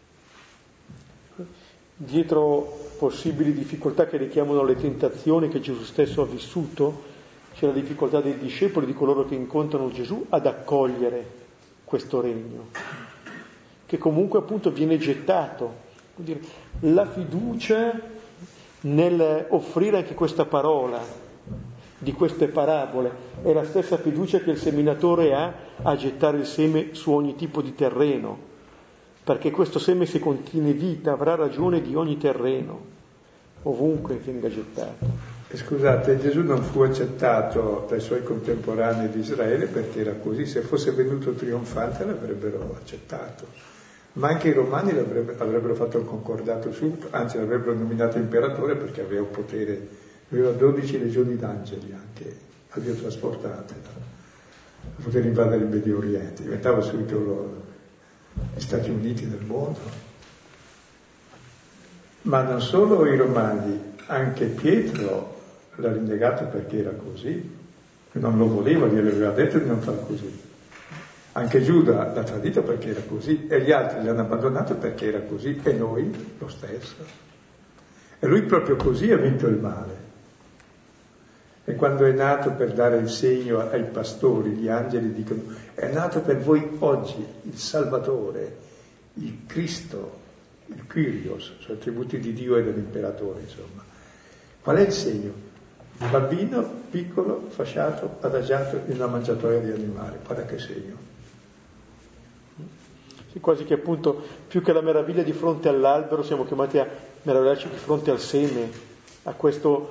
Dietro possibili difficoltà che richiamano le tentazioni che Gesù stesso ha vissuto, c'è la difficoltà dei discepoli, di coloro che incontrano Gesù, ad accogliere questo regno, che comunque appunto viene gettato. Vuol dire, la fiducia nel offrire anche questa parola, di queste parabole, è la stessa fiducia che il seminatore ha a gettare il seme su ogni tipo di terreno, perché questo seme, se contiene vita, avrà ragione di ogni terreno, ovunque venga gettato. E scusate, Gesù non fu accettato dai suoi contemporanei di Israele perché era così. Se fosse venuto trionfante l'avrebbero accettato, ma anche i romani avrebbero fatto il concordato subito, anzi l'avrebbero nominato imperatore perché aveva potere, aveva 12 legioni d'angeli anche aviotrasportate, per poter invadere il Medio Oriente, diventava subito gli Stati Uniti del mondo. Ma non solo i romani, anche Pietro l'ha rinnegato perché era così, non lo voleva, glielo aveva detto di non far così. Anche Giuda l'ha tradito perché era così, e gli altri l'hanno abbandonato perché era così, e noi lo stesso. E lui proprio così ha vinto il male. E quando è nato per dare il segno ai pastori, gli angeli dicono: è nato per voi oggi il Salvatore, il Cristo, il Kyrios, sono attributi di Dio e dell'imperatore, insomma. Qual è il segno? Un bambino piccolo, fasciato, adagiato in una mangiatoia di animali. Guarda che segno. Sì, quasi che appunto, più che la meraviglia di fronte all'albero, siamo chiamati a meravigliarci di fronte al seme, a questo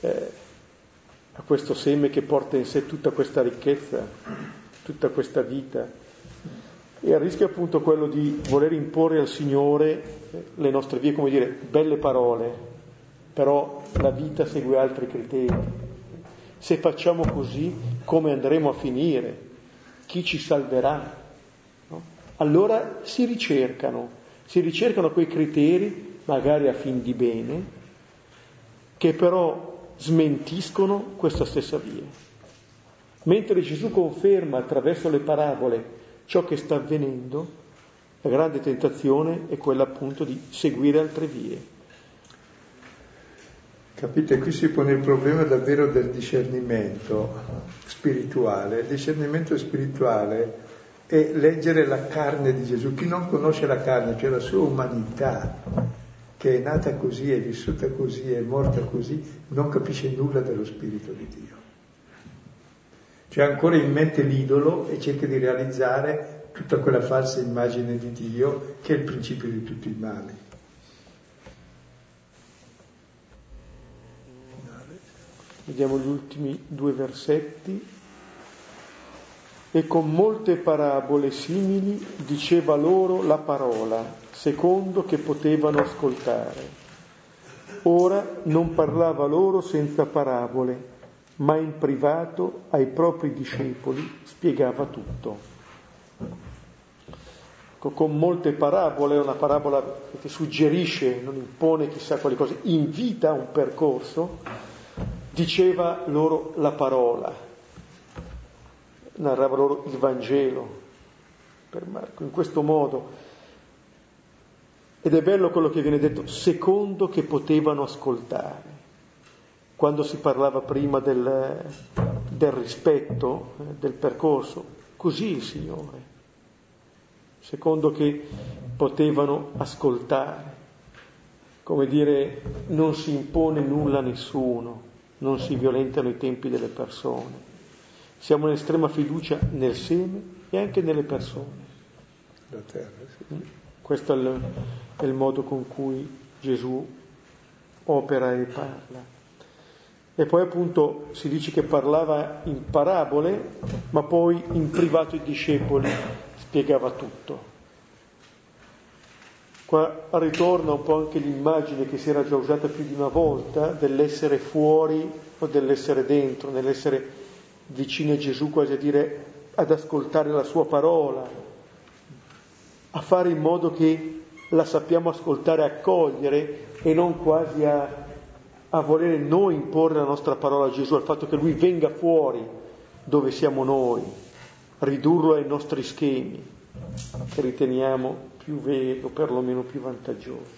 seme che porta in sé tutta questa ricchezza, tutta questa vita. E il rischio è appunto quello di voler imporre al Signore le nostre vie, come dire, belle parole, però la vita segue altri criteri. Se facciamo così, come andremo a finire? Chi ci salverà? No? Allora si ricercano quei criteri, magari a fin di bene, che però smentiscono questa stessa via. Mentre Gesù conferma attraverso le parabole ciò che sta avvenendo, la grande tentazione è quella appunto di seguire altre vie. Capite, qui si pone il problema davvero del discernimento spirituale. Il discernimento spirituale è leggere la carne di Gesù. Chi non conosce la carne, cioè la sua umanità, che è nata così, è vissuta così, è morta così, non capisce nulla dello Spirito di Dio. Cioè ancora in mente l'idolo e cerca di realizzare tutta quella falsa immagine di Dio che è il principio di tutti i mali. Vediamo gli ultimi 2 versetti. E con molte parabole simili diceva loro la parola, secondo che potevano ascoltare. Ora non parlava loro senza parabole, ma in privato ai propri discepoli spiegava tutto. con molte parabole, una parabola che ti suggerisce, non impone chissà quali cose, invita un percorso, diceva loro la parola, narrava loro il Vangelo per Marco, in questo modo. Ed è bello quello che viene detto, secondo che potevano ascoltare. Quando si parlava prima del rispetto del percorso, così il Signore, secondo che potevano ascoltare, come dire, non si impone nulla a nessuno, non si violentano i tempi delle persone, siamo in estrema fiducia nel seme e anche nelle persone. La terra, sì. Questo è il modo con cui Gesù opera e parla. E poi appunto si dice che parlava in parabole, ma poi in privato ai discepoli spiegava tutto. Qua ritorna un po' anche l'immagine che si era già usata più di una volta dell'essere fuori o dell'essere dentro, nell'essere vicini a Gesù, quasi a dire, ad ascoltare la sua parola, a fare in modo che la sappiamo ascoltare e accogliere e non quasi a volere noi imporre la nostra parola a Gesù, al fatto che Lui venga fuori dove siamo noi, ridurlo ai nostri schemi, che riteniamo più veri o perlomeno più vantaggiosi.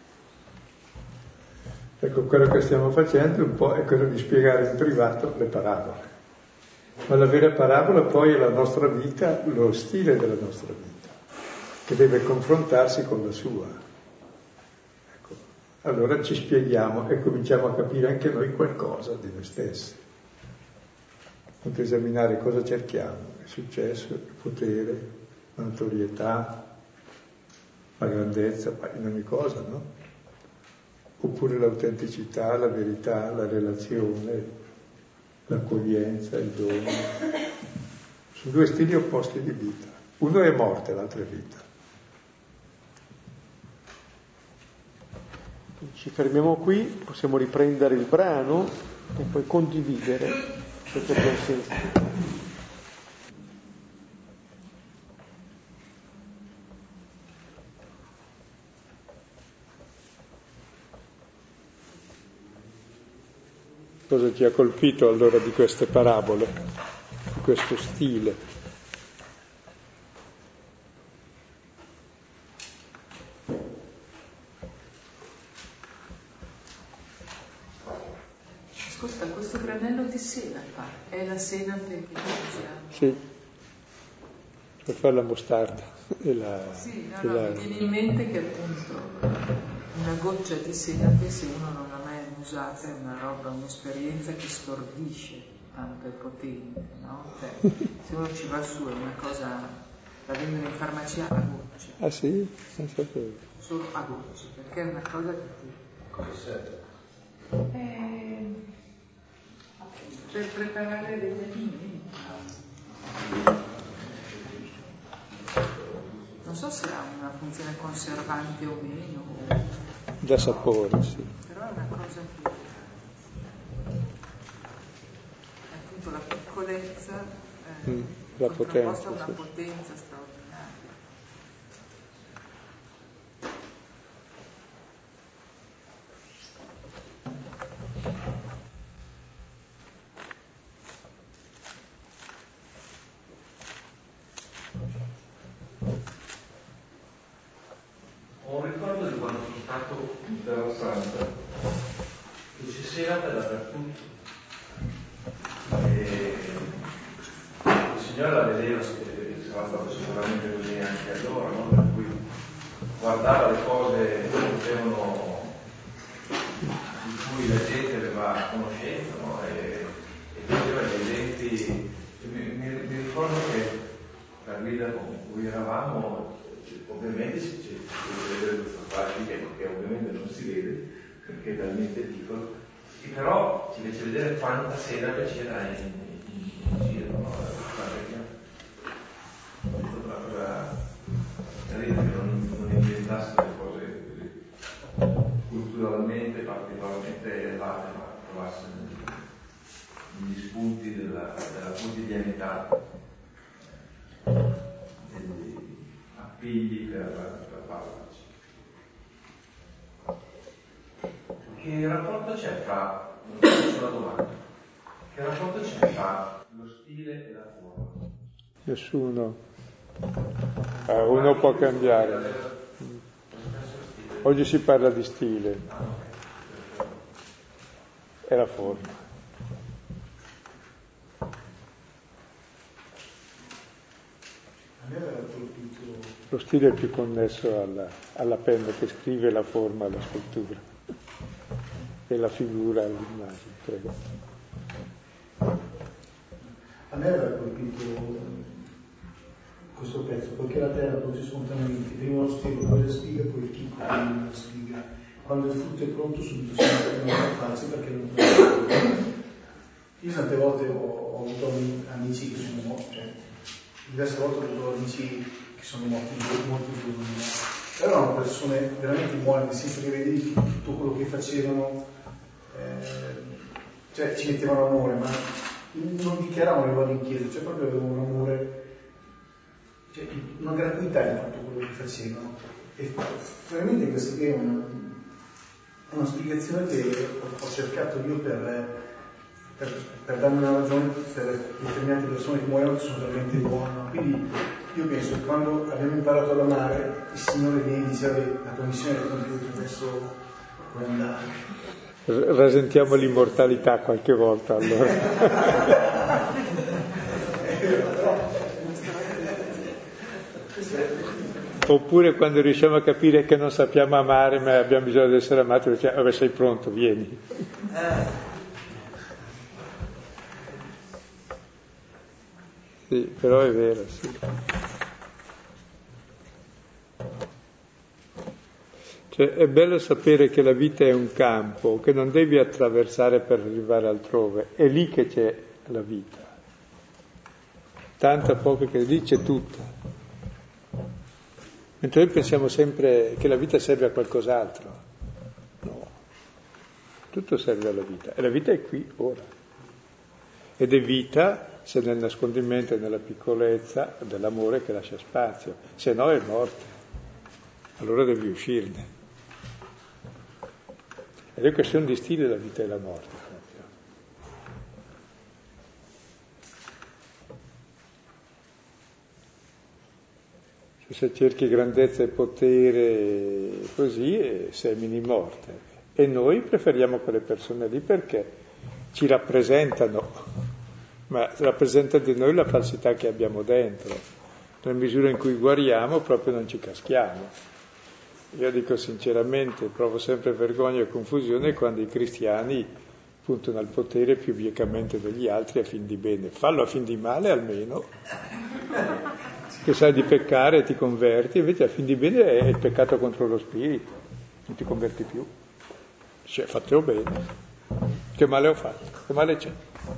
Ecco, quello che stiamo facendo un po' è quello di spiegare in privato le parabole. Ma la vera parabola poi è la nostra vita, lo stile della nostra vita, che deve confrontarsi con la sua. Ecco, allora ci spieghiamo e cominciamo a capire anche noi qualcosa di noi stessi. Anche esaminare cosa cerchiamo, il successo, il potere, la notorietà, la grandezza, in ogni cosa, no? Oppure l'autenticità, la verità, la relazione, l'accoglienza, il dono. Sono due stili opposti di vita. Uno è morte, l'altro è vita. Ci fermiamo qui, possiamo riprendere il brano e poi condividere ciò che abbiamo sentito. Cosa ti ha colpito allora di queste parabole, di questo stile? Ascolta, questo granello di senape è la senape che usiamo? Sì, per fare la mostarda. Sì, mi viene in mente che appunto una goccia di senape, se uno non l'ha mai usata, è una roba, un'esperienza che stordisce, tanto è potente, no? Cioè, se uno ci va su è una cosa, la vendono in farmacia a gocce. Ah sì? Non sapevo. Solo a gocce, perché è una cosa che ti... Come serve? Per preparare degli alimenti. Non so se ha una funzione conservante o meno. Da sapore, sì. Però è una cosa che appunto la piccolezza la potenza, a una sì. potenza straordinaria. Ho un ricordo di quando sono stato in Terra Santa, che ci si era dappertutto. E il Signore la vedeva, che sarà stato sicuramente così anche allora, no? Per cui guardava le cose che potevano, di cui la gente aveva conoscenza, no? E vedeva gli esempi. Mi ricordo che la guida con cui eravamo, ovviamente si vede questa parte che ovviamente non si vede perché è talmente piccolo, e però ci fece vedere quanta senape c'era in giro, no? Una cosa carina che non inventasse le cose così culturalmente particolarmente elevate, ma trovasse negli spunti della quotidianità figli per parlarci. Che rapporto c'è fra, la domanda, che rapporto c'è fra lo stile e la forma? Nessuno. Uno può cambiare. Oggi si parla di stile. È la forma. Lo stile è più connesso alla penna che scrive, la forma alla scrittura e la figura all'immagine. Prego. A me aveva colpito questo pezzo, perché la terra produce spontaneamente prima lo stelo, poi la spiga, poi il chicco, poi la spiga. Quando il frutto è pronto subito si mette nella faccia perché non può. Io tante volte ho avuto amici che sono morti, diverse volte ho avuto amici che sono morti molti giorni, però erano persone veramente buone, nel senso che vedi tutto quello che facevano, cioè ci mettevano amore, ma non dichiaravano che vado in chiesa, cioè proprio avevano un amore, cioè una gratuità di tutto quello che facevano. E veramente questa è una spiegazione che ho cercato io per darmi una ragione per determinate persone che muoiono che sono veramente buone. Quindi io penso che quando abbiamo imparato ad amare, il Signore viene e dice la tua missione è compiuta, adesso puoi andare. Rasentiamo l'immortalità qualche volta allora. Oppure quando riusciamo a capire che non sappiamo amare ma abbiamo bisogno di essere amati, diciamo, vabbè, sei pronto, vieni. Sì, però è vero, sì. Cioè, è bello sapere che la vita è un campo che non devi attraversare per arrivare altrove, è lì che c'è la vita. Tanta poca che lì c'è tutta. Mentre noi pensiamo sempre che la vita serve a qualcos'altro. No, tutto serve alla vita e la vita è qui, ora. Ed è vita se nel nascondimento e nella piccolezza dell'amore che lascia spazio, se no è morte. Allora devi uscirne. Ed è questione di stile la vita e la morte. Se cerchi grandezza e potere così semini morte. E noi preferiamo quelle persone lì perché ci rappresentano, ma rappresenta di noi la falsità che abbiamo dentro. Nella misura in cui guariamo proprio non ci caschiamo. Io dico sinceramente, provo sempre vergogna e confusione quando i cristiani puntano al potere più biecamente degli altri a fin di bene. Fallo a fin di male almeno, che sai di peccare e ti converti, invece a fin di bene è il peccato contro lo spirito, non ti converti più. Cioè, fatelo bene. Che male ho fatto? Che male c'è?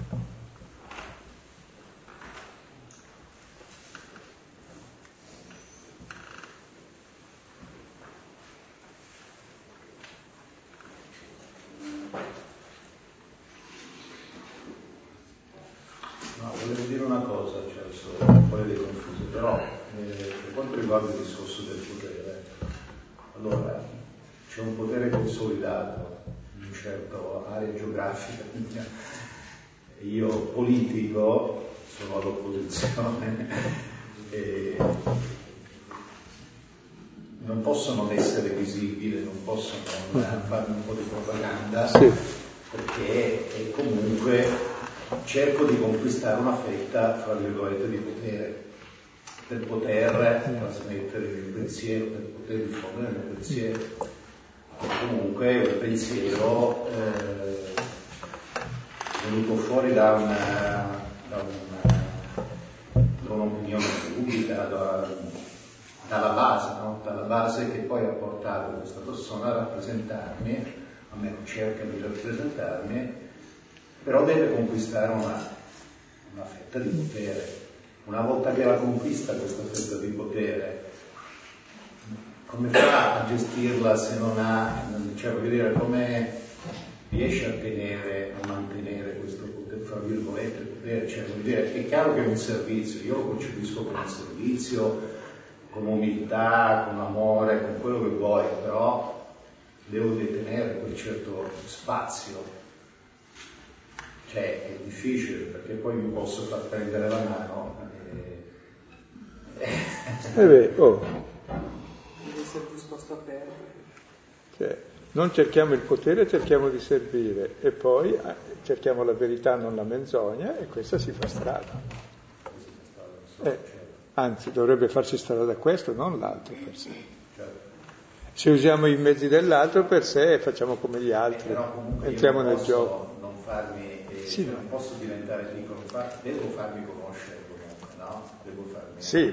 Volevo dire una cosa, cioè sono un po' di confuso, però per quanto riguarda il discorso del potere, allora c'è un potere consolidato in una certa area geografica. Io politico sono all'opposizione e non posso non essere visibile, non posso non fare un po' di propaganda, sì, perché comunque cerco di conquistare una fetta, fra virgolette, di potere, per poter trasmettere il pensiero, per poter diffondere il mio pensiero. Comunque il pensiero venuto fuori da un'opinione pubblica, dalla base, no? Dalla base che poi ha portato questa persona a rappresentarmi, a me cerca di rappresentarmi, però deve conquistare una fetta di potere. Una volta che la conquista questa fetta di potere, come fa a gestirla se non ha, cioè voglio dire, come riesce a mantenere questo potere, fra virgolette, potere, cioè voglio dire, è chiaro che è un servizio, io lo concepisco come un servizio, con umiltà, con amore, con quello che vuoi, però devo detenere quel certo spazio. Cioè è difficile, perché poi mi posso far prendere la mano. Devi essere disposto a perdere. Cioè, non cerchiamo il potere, cerchiamo di servire, e poi cerchiamo la verità, non la menzogna, e questa si fa strada. Anzi, dovrebbe farsi strada questo, non l'altro per sé. Se usiamo i mezzi dell'altro per sé, facciamo come gli altri, entriamo nel gioco. Non farmi, non posso diventare piccolo, devo farmi conoscere comunque, no? Devo farmi. Sì,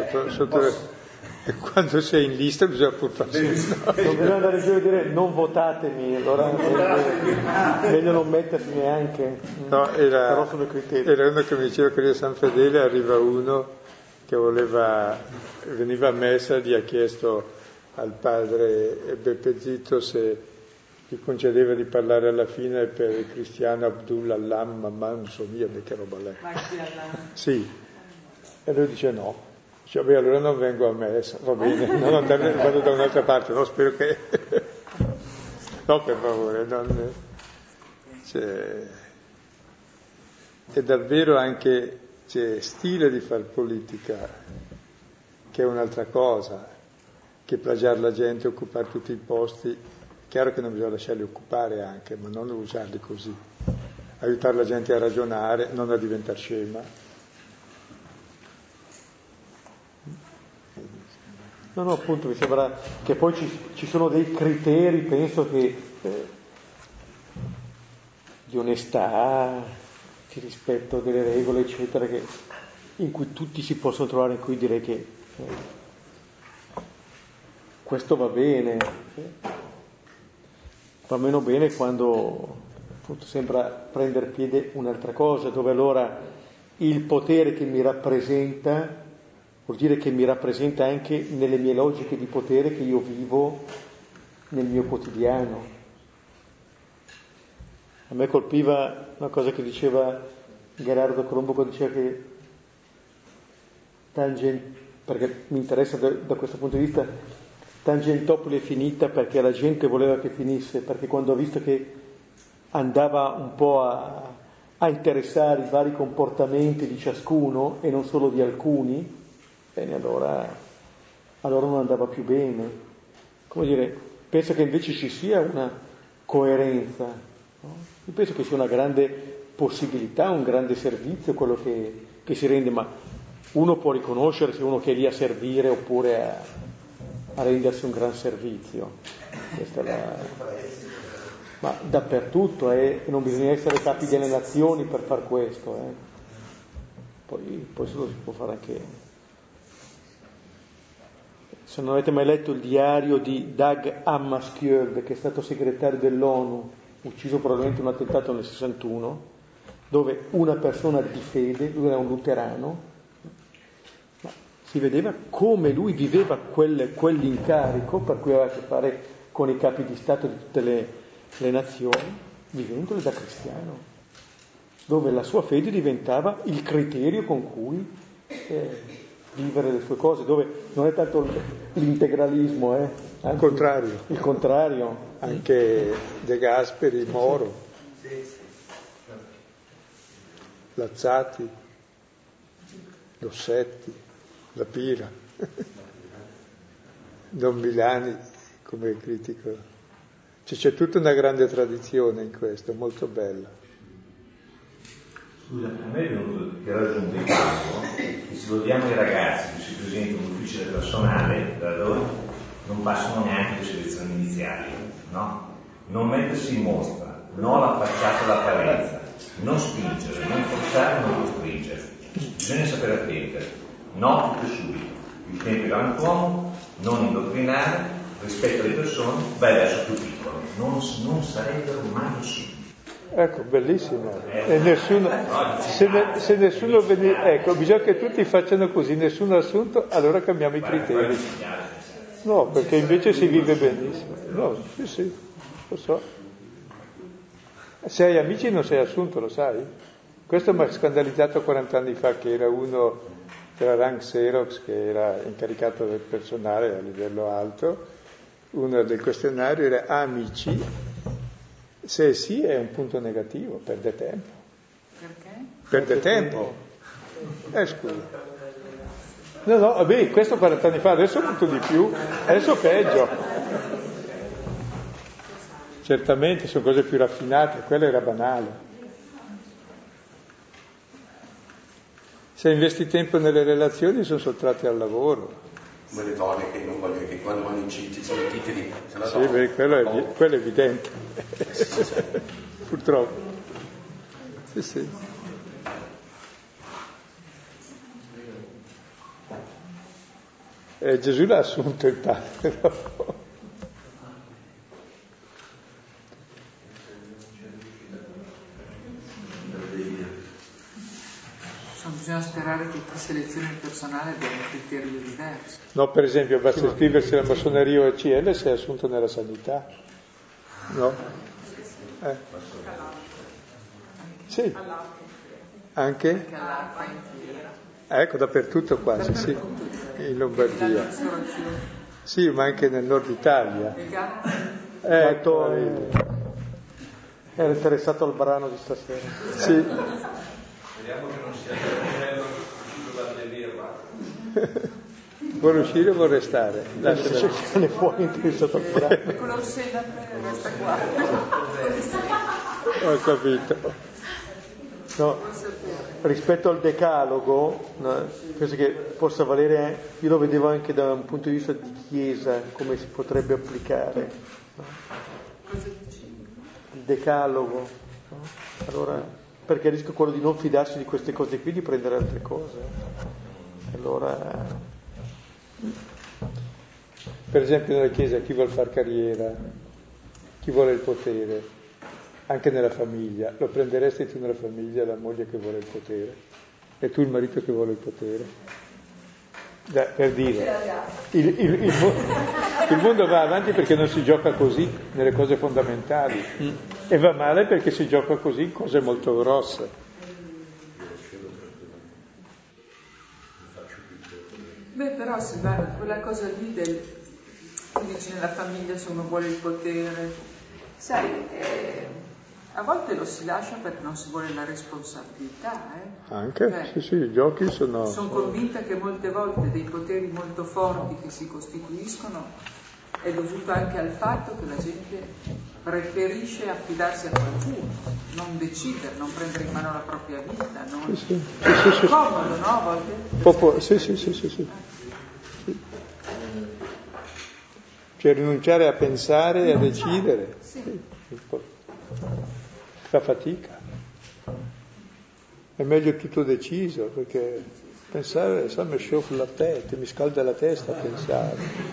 quando sei in lista bisogna pur farsi. Non bisogna andare giù e dire non votatemi, allora meglio non mettersi neanche. No, però sono i criteri. Era uno che mi diceva che a San Fedele arriva uno che veniva a messa, gli ha chiesto al padre Beppe Zitto se gli concedeva di parlare alla fine per il cristiano Abdul Allam, ma non so via, che roba lei. Sì, e lui dice no. Dice, beh, allora non vengo a messa, va bene, non andare, vado da un'altra parte, no, spero che... no, per favore, non... È davvero anche stile di far politica, che è un'altra cosa, che plagiare la gente, occupare tutti i posti. Chiaro che non bisogna lasciarli occupare anche, ma non usarli così. Aiutare la gente a ragionare, non a diventare scema. No, appunto, mi sembra che poi ci sono dei criteri, penso che di onestà, di rispetto delle regole, eccetera, in cui tutti si possono trovare, in cui direi che questo va bene, va meno bene quando appunto sembra prendere piede un'altra cosa, dove allora il potere che mi rappresenta vuol dire che mi rappresenta anche nelle mie logiche di potere che io vivo nel mio quotidiano. A me colpiva una cosa che diceva Gerardo Colombo quando diceva che perché mi interessa da questo punto di vista, Tangentopoli è finita perché la gente voleva che finisse, perché quando ha visto che andava un po' a interessare i vari comportamenti di ciascuno e non solo di alcuni, bene, allora non andava più bene. Come dire, penso che invece ci sia una coerenza, no? Io penso che sia una grande possibilità, un grande servizio quello che si rende, ma uno può riconoscere se uno che è lì a servire oppure a rendersi un gran servizio. Questa è ma dappertutto, non bisogna essere capi delle nazioni per far questo. Poi se lo si può fare anche... Se non avete mai letto il diario di Dag Hammarskjöld, che è stato segretario dell'ONU, ucciso probabilmente in un attentato nel 61, dove una persona di fede, lui era un luterano, ma si vedeva come lui viveva quell'incarico, per cui aveva a che fare con i capi di Stato di tutte le nazioni, vivendole da cristiano, dove la sua fede diventava il criterio con cui vivere le sue cose, dove non è tanto l'integralismo, anche il contrario. Anche De Gasperi, Moro, Lazzati, Dossetti, La Pira, Don Milani come critico. C'è tutta una grande tradizione in questo, molto bella. Scusa, a me è venuto che raggiunto il caso che se lo diamo ai ragazzi che si presentano all'ufficio del personale da dove non passano neanche le selezioni iniziali, no? Non mettersi in mostra, non la facciata d'apparenza, non spingere, non forzare, non costringere. Bisogna sapere attendere, no tutto subito. Il tempo è galantuomo, non indottrinare, rispetto alle persone, vai verso più piccolo. Non sarebbero mai possibili. Ecco, bellissimo. E nessuno, se nessuno ecco, bisogna che tutti facciano così, nessuno assunto, allora cambiamo i criteri. No, perché invece si vive benissimo. No, sì, lo so. Se hai amici non sei assunto, lo sai? Questo mi ha scandalizzato 40 anni fa, che era uno C'era Rank Xerox che era incaricato del personale a livello alto, uno del questionario era amici, se sì è un punto negativo, perde tempo. Perché? Perde tempo. Scusa. No, vabbè, questo 40 anni fa, adesso molto di più, adesso peggio. Certamente sono cose più raffinate, quello era banale. Se investi tempo nelle relazioni sono sottratti al lavoro. Come le donne che non vogliono, che quando vanno incinti sono i titoli. Sì, beh, quello è evidente. Purtroppo. Sì. Gesù l'ha assunto il padre. Bisogna sperare che chi seleziona il personale abbia un criterio diverso. No, per esempio, basta iscriversi alla massoneria o al CL se è assunto nella sanità. No? Sì. Anche? Ecco, dappertutto quasi, sì. In Lombardia. Sì, ma anche nel nord Italia. Era interessato al brano di stasera. Sì. Speriamo che non sia il uscito dall'Everma. Vuole uscire o vuole restare? Ne fuori interessato al brano. Quello resta qua. Ho capito. No, rispetto al decalogo, no, penso che possa valere, io lo vedevo anche da un punto di vista di chiesa, come si potrebbe applicare. No? Il decalogo. No? Allora, perché il rischio è quello di non fidarsi di queste cose qui, di prendere altre cose. Allora, per esempio nella chiesa chi vuole far carriera, chi vuole il potere, anche nella famiglia, lo prenderesti tu nella famiglia la moglie che vuole il potere e tu il marito che vuole il potere? Per dire, il mondo va avanti perché non si gioca così nelle cose fondamentali e va male perché si gioca così in cose molto grosse. Beh, però Silvano, quella cosa lì tu dici nella famiglia se uno vuole il potere, sai, a volte lo si lascia perché non si vuole la responsabilità. Anche? Sì, i giochi sono... Sono convinta che molte volte dei poteri molto forti che si costituiscono è dovuto anche al fatto che la gente preferisce affidarsi a qualcuno, non decidere, non prendere in mano la propria vita, non... Sì. Comodo, no? A volte? Sì. Cioè rinunciare a pensare e a decidere. Sì. Fa fatica. È meglio tutto deciso, perché pensare, mi scioffa la testa, mi scalda la testa a pensare.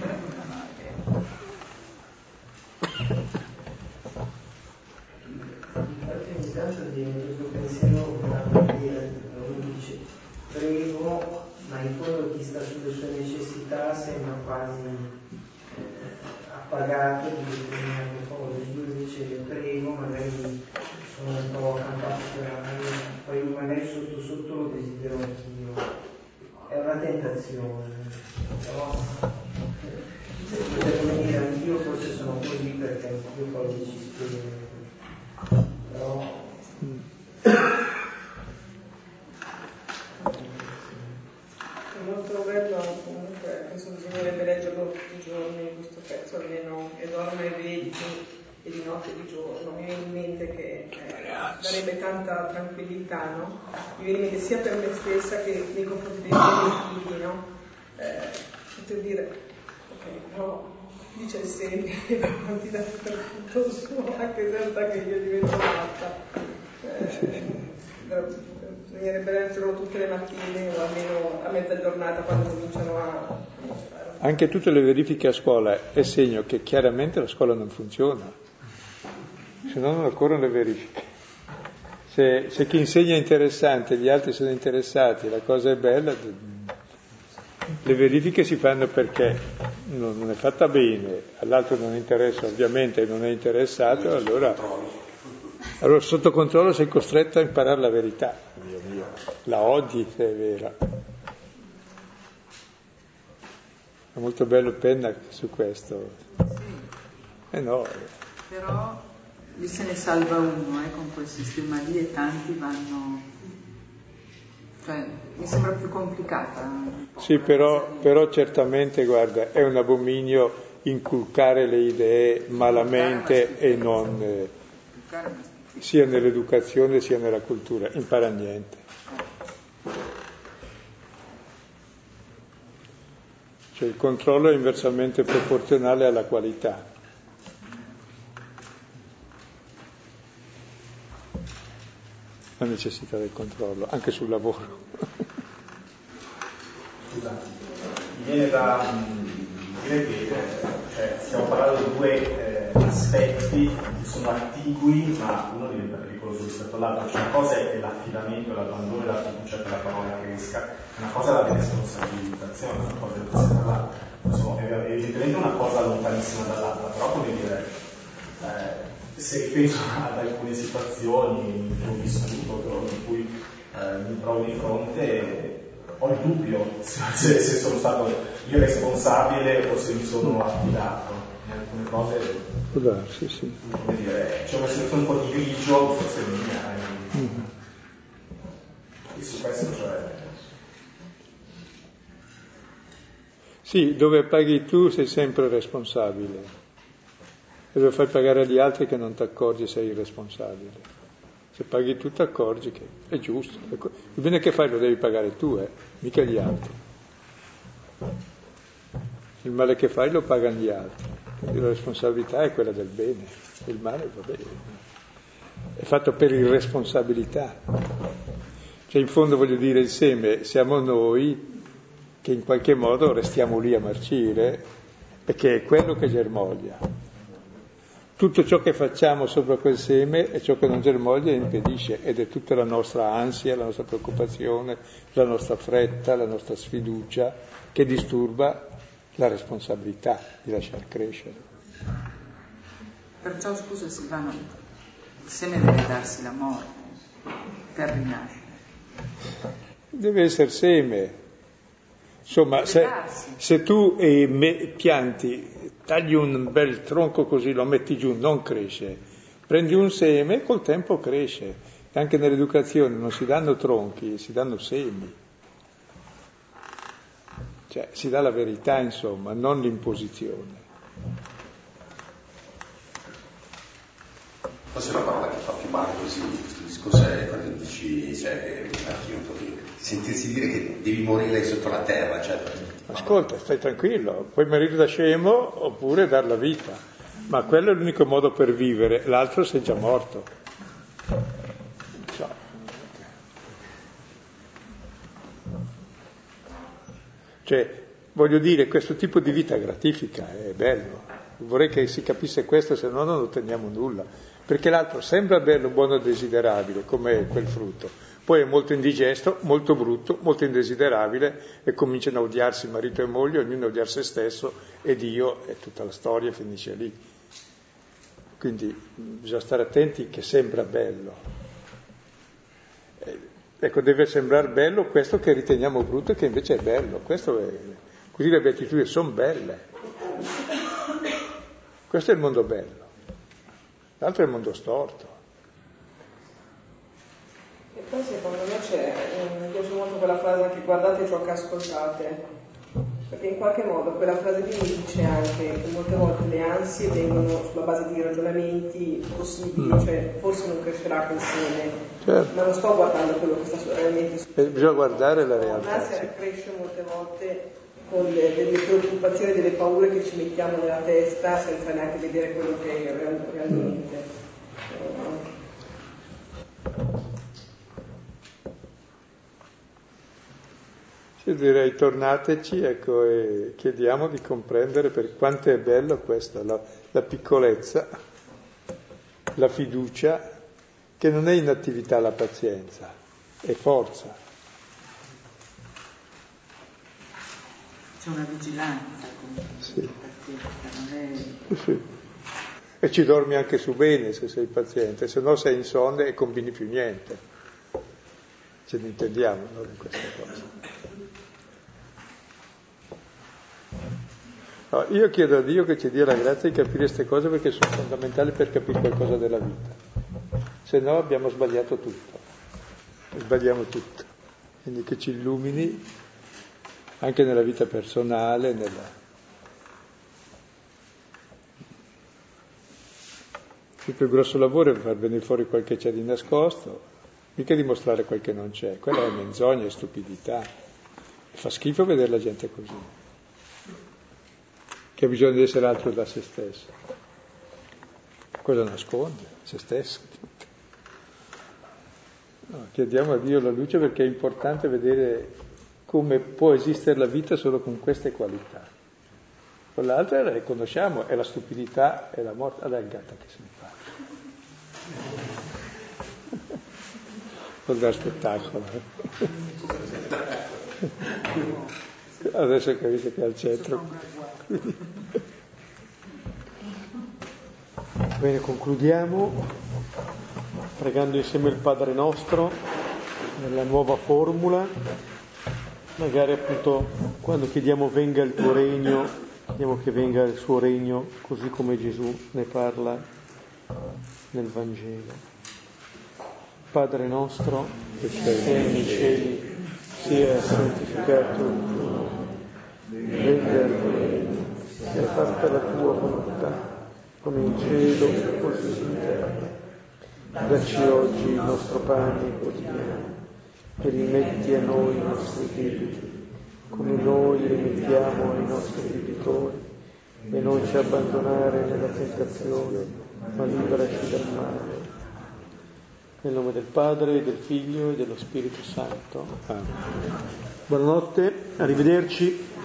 Ogni tanto viene questo pensiero, uno dice, prego, ma in fondo chi sta sulle sue necessità sembra quasi appagato di determinate cose. Io invece prego, magari sono un po' campazionale, poi magari sotto lo desidero anch'io. È una tentazione, però potrei dire anch'io forse sono così perché anch'io poi ci spiego. Però è molto bello, comunque penso bisognerebbe leggerlo tutti i giorni questo pezzo, almeno e dorma e vedi e di notte e di giorno. Mi viene in mente che darebbe tanta tranquillità, no? Mi viene in mente sia per me stessa che nei confronti dei miei figli, no? Poter dire, ok, però dice il segno e davanti da tutto suo, anche senza che io divento matta. Bisognerebbe leggerlo tutte le mattine o almeno a mezza giornata quando cominciano a... Anche tutte le verifiche a scuola è segno che chiaramente la scuola non funziona, se no non occorrono le verifiche. Se chi insegna è interessante, gli altri sono interessati, la cosa è bella, le verifiche si fanno perché non è fatta bene, all'altro non interessa ovviamente e non è interessato, allora sotto controllo sei costretto a imparare la verità, la odi se è vera. È molto bello Penna su questo. Sì. No. Però lì se ne salva uno, con quel sistema lì, e tanti vanno... Cioè, mi sembra più complicata. Sì, però certamente, guarda, è un abominio inculcare le idee malamente e non... sia nell'educazione sia nella cultura. Impara niente. Cioè il controllo è inversamente proporzionale alla qualità. La necessità del controllo, anche sul lavoro. Scusate, mi viene da dire che stiamo parlando di due aspetti che sono attigui, ma uno diventa pericoloso rispetto all'altro. Cioè, una cosa è l'affidamento, l'abbandono e la fiducia che la parola cresca, una cosa è la responsabilizzazione, una cosa è dall'altra. Insomma, è evidentemente una cosa lontanissima dall'altra, però come dire, se penso ad alcune situazioni che ho vissuto, in cui mi trovo di fronte, ho il dubbio se sono stato io responsabile o se mi sono affidato in alcune cose. Può darsi, sì. Come dire, c'è una situazione un po' di grigio, forse mia. E su questo, cioè... Sì, dove paghi tu sei sempre responsabile, e dove fai pagare agli altri che non ti accorgi sei irresponsabile. Se paghi tu ti accorgi che è giusto. Il bene che fai lo devi pagare tu, mica gli altri. Il male che fai lo pagano gli altri. Quindi la responsabilità è quella del bene, il male va bene. È fatto per irresponsabilità. Cioè in fondo voglio dire, il seme siamo noi che in qualche modo restiamo lì a marcire e che è quello che germoglia. Tutto ciò che facciamo sopra quel seme è ciò che non germoglia e impedisce, ed è tutta la nostra ansia, la nostra preoccupazione, la nostra fretta, la nostra sfiducia che disturba la responsabilità di lasciar crescere. Perciò, scusa Silvano, il seme deve darsi la morte per rinascere. Deve essere seme. Insomma, se tu pianti, tagli un bel tronco così, lo metti giù, non cresce. Prendi un seme, col tempo cresce. E anche nell'educazione non si danno tronchi, si danno semi. Cioè, si dà la verità, insomma, non l'imposizione. Forse una parola che fa più male così, questo discorso è quando dici, sentirsi dire che devi morire sotto la terra, cioè... Ascolta, stai tranquillo, puoi morire da scemo oppure dar la vita, ma quello è l'unico modo per vivere, l'altro sei già morto. Cioè, voglio dire, questo tipo di vita gratifica, è bello. Vorrei che si capisse questo, se no non otteniamo nulla. Perché l'altro sembra bello, buono e desiderabile, come quel frutto. Poi è molto indigesto, molto brutto, molto indesiderabile, e cominciano a odiarsi marito e moglie, ognuno a odiare se stesso, e Dio, e tutta la storia finisce lì. Quindi bisogna stare attenti che sembra bello. Ecco, deve sembrare bello questo che riteniamo brutto e che invece è bello. Questo è... Così le beatitudini sono belle. Questo è il mondo bello. L'altro è il mondo storto. E poi secondo me mi piace molto quella frase che guardate ciò che ascoltate, perché in qualche modo quella frase lì mi dice anche che molte volte le ansie vengono sulla base di ragionamenti possibili, cioè forse non crescerà quel seme, certo. Ma non sto guardando quello che sta realmente succedendo. Bisogna guardare la realtà. L'ansia cresce molte volte con delle preoccupazioni, delle paure che ci mettiamo nella testa senza neanche vedere quello che è realmente. Io direi tornateci, ecco, e chiediamo di comprendere per quanto è bello questo, la piccolezza, la fiducia, che non è inattività la pazienza, è forza. C'è una vigilanza comunque, sì. Non è... Sì. E ci dormi anche su bene se sei paziente, se no sei insonne e combini più niente. Ce ne intendiamo, no, di questa cosa. No, io chiedo a Dio che ci dia la grazia di capire queste cose perché sono fondamentali per capire qualcosa della vita. Se no abbiamo sbagliato tutto. Sbagliamo tutto. Quindi che ci illumini anche nella vita personale, Il più grosso lavoro è far venire fuori quel che c'è di nascosto, mica dimostrare quel che non c'è. Quella è menzogna e stupidità. Fa schifo vedere la gente così, che ha bisogno di essere altro da se stesso. Cosa nasconde? Se stesso. No, chiediamo a Dio la luce perché è importante vedere come può esistere la vita solo con queste qualità. Con l'altra la riconosciamo, è la stupidità e la morte. Allora è il gatto che se ne parla. Cos'è spettacolo? Adesso capisce che è al centro. Bene, concludiamo pregando insieme il Padre Nostro nella nuova formula. Magari appunto quando chiediamo venga il tuo regno, chiediamo che venga il suo regno così come Gesù ne parla nel Vangelo. Padre nostro che sei nei cieli, sia santificato il tuo nome, venga il tuo regno, sia fatta la tua volontà, come in cielo così in terra. Dacci oggi il nostro pane quotidiano e rimetti a noi i nostri debiti, come noi rimettiamo ai nostri debitori, e non ci abbandonare nella tentazione, ma liberaci dal male. Nel nome del Padre, del Figlio e dello Spirito Santo. Amen. Buonanotte, arrivederci.